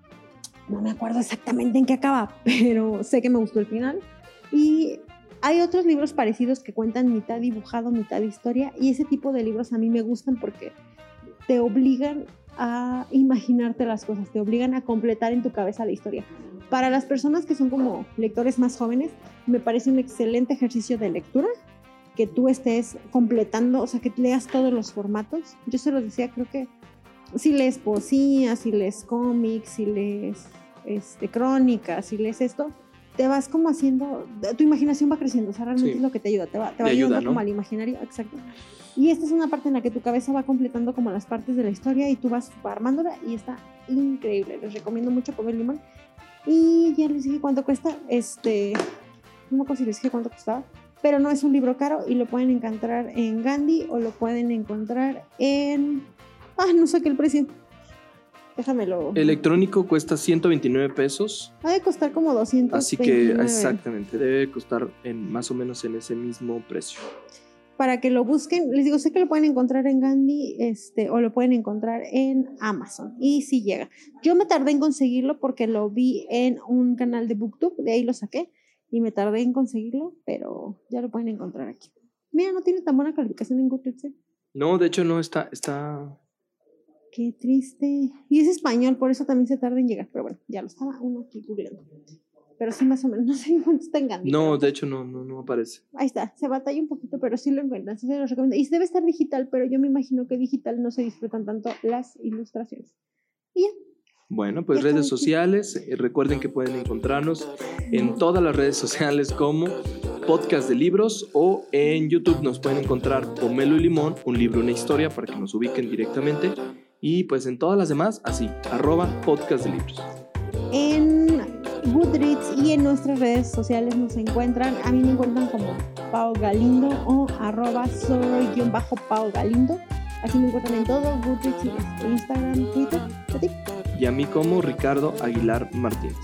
No me acuerdo exactamente en qué acaba, pero sé que me gustó el final. Y hay otros libros parecidos que cuentan mitad dibujado, mitad historia, y ese tipo de libros a mí me gustan porque te obligan a imaginarte las cosas, te obligan a completar en tu cabeza la historia. Para las personas que son como lectores más jóvenes, me parece un excelente ejercicio de lectura, que tú estés completando, o sea, que leas todos los formatos. Yo se los decía, creo que si lees poesía, si lees cómics, si lees este, crónicas, si lees esto, te vas como haciendo, tu imaginación va creciendo, o sea, realmente sí. Es lo que te ayuda, te va, te va te ayudando ayuda, ¿no? Como al imaginario, exacto. Y esta es una parte en la que tu cabeza va completando como las partes de la historia y tú vas armándola y está increíble. Les recomiendo mucho Comer Limón. Y ya les dije cuánto cuesta, este, no me acuerdo si les dije cuánto costaba, pero no es un libro caro y lo pueden encontrar en Gandhi o lo pueden encontrar en, ah, no sé qué el precio. Déjamelo. Electrónico cuesta ciento veintinueve pesos. Ha de costar como doscientos Así que exactamente, debe costar en, más o menos en ese mismo precio. Para que lo busquen, les digo, sé que lo pueden encontrar en Gandhi este, o lo pueden encontrar en Amazon y sí llega. Yo me tardé en conseguirlo porque lo vi en un canal de BookTube, de ahí lo saqué y me tardé en conseguirlo, pero ya lo pueden encontrar aquí. Mira, no tiene tan buena calificación en Goodreads. ¿eh? No, de hecho no, está... está... Qué triste. Y es español, por eso también se tarda en llegar. Pero bueno, ya lo estaba uno aquí googleando. Pero sí, más o menos, no sé en cuánto está en Gandhi. No, pero... de hecho no, no, no aparece. Ahí está, se batalla un poquito, pero sí lo encuentran, sí se los recomiendo. Y debe estar digital, pero yo me imagino que digital no se disfrutan tanto las ilustraciones. Y ya. Bueno, pues ya redes sociales. Eh, recuerden que pueden encontrarnos en todas las redes sociales como Podcast de Libros o en YouTube nos pueden encontrar Pomelo y Limón, un libro, una historia, para que nos ubiquen directamente. Y pues en todas las demás, así, arroba Podcast de Libros. En Goodreads y en nuestras redes sociales nos encuentran, a mí me encuentran como Pau Galindo o arroba soy-Pau Galindo. Así me encuentran en todo, Goodreads, Instagram, Twitter. ¿A ti? Y a mí como Ricardo Aguilar Martínez.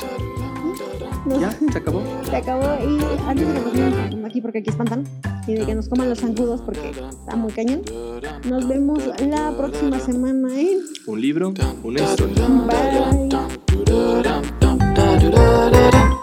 No. Ya, se acabó. Se acabó y antes de que nos veamos aquí porque aquí espantan y de que nos coman los zancudos porque está muy cañón, nos vemos la próxima semana en Un libro, una historia. Bye.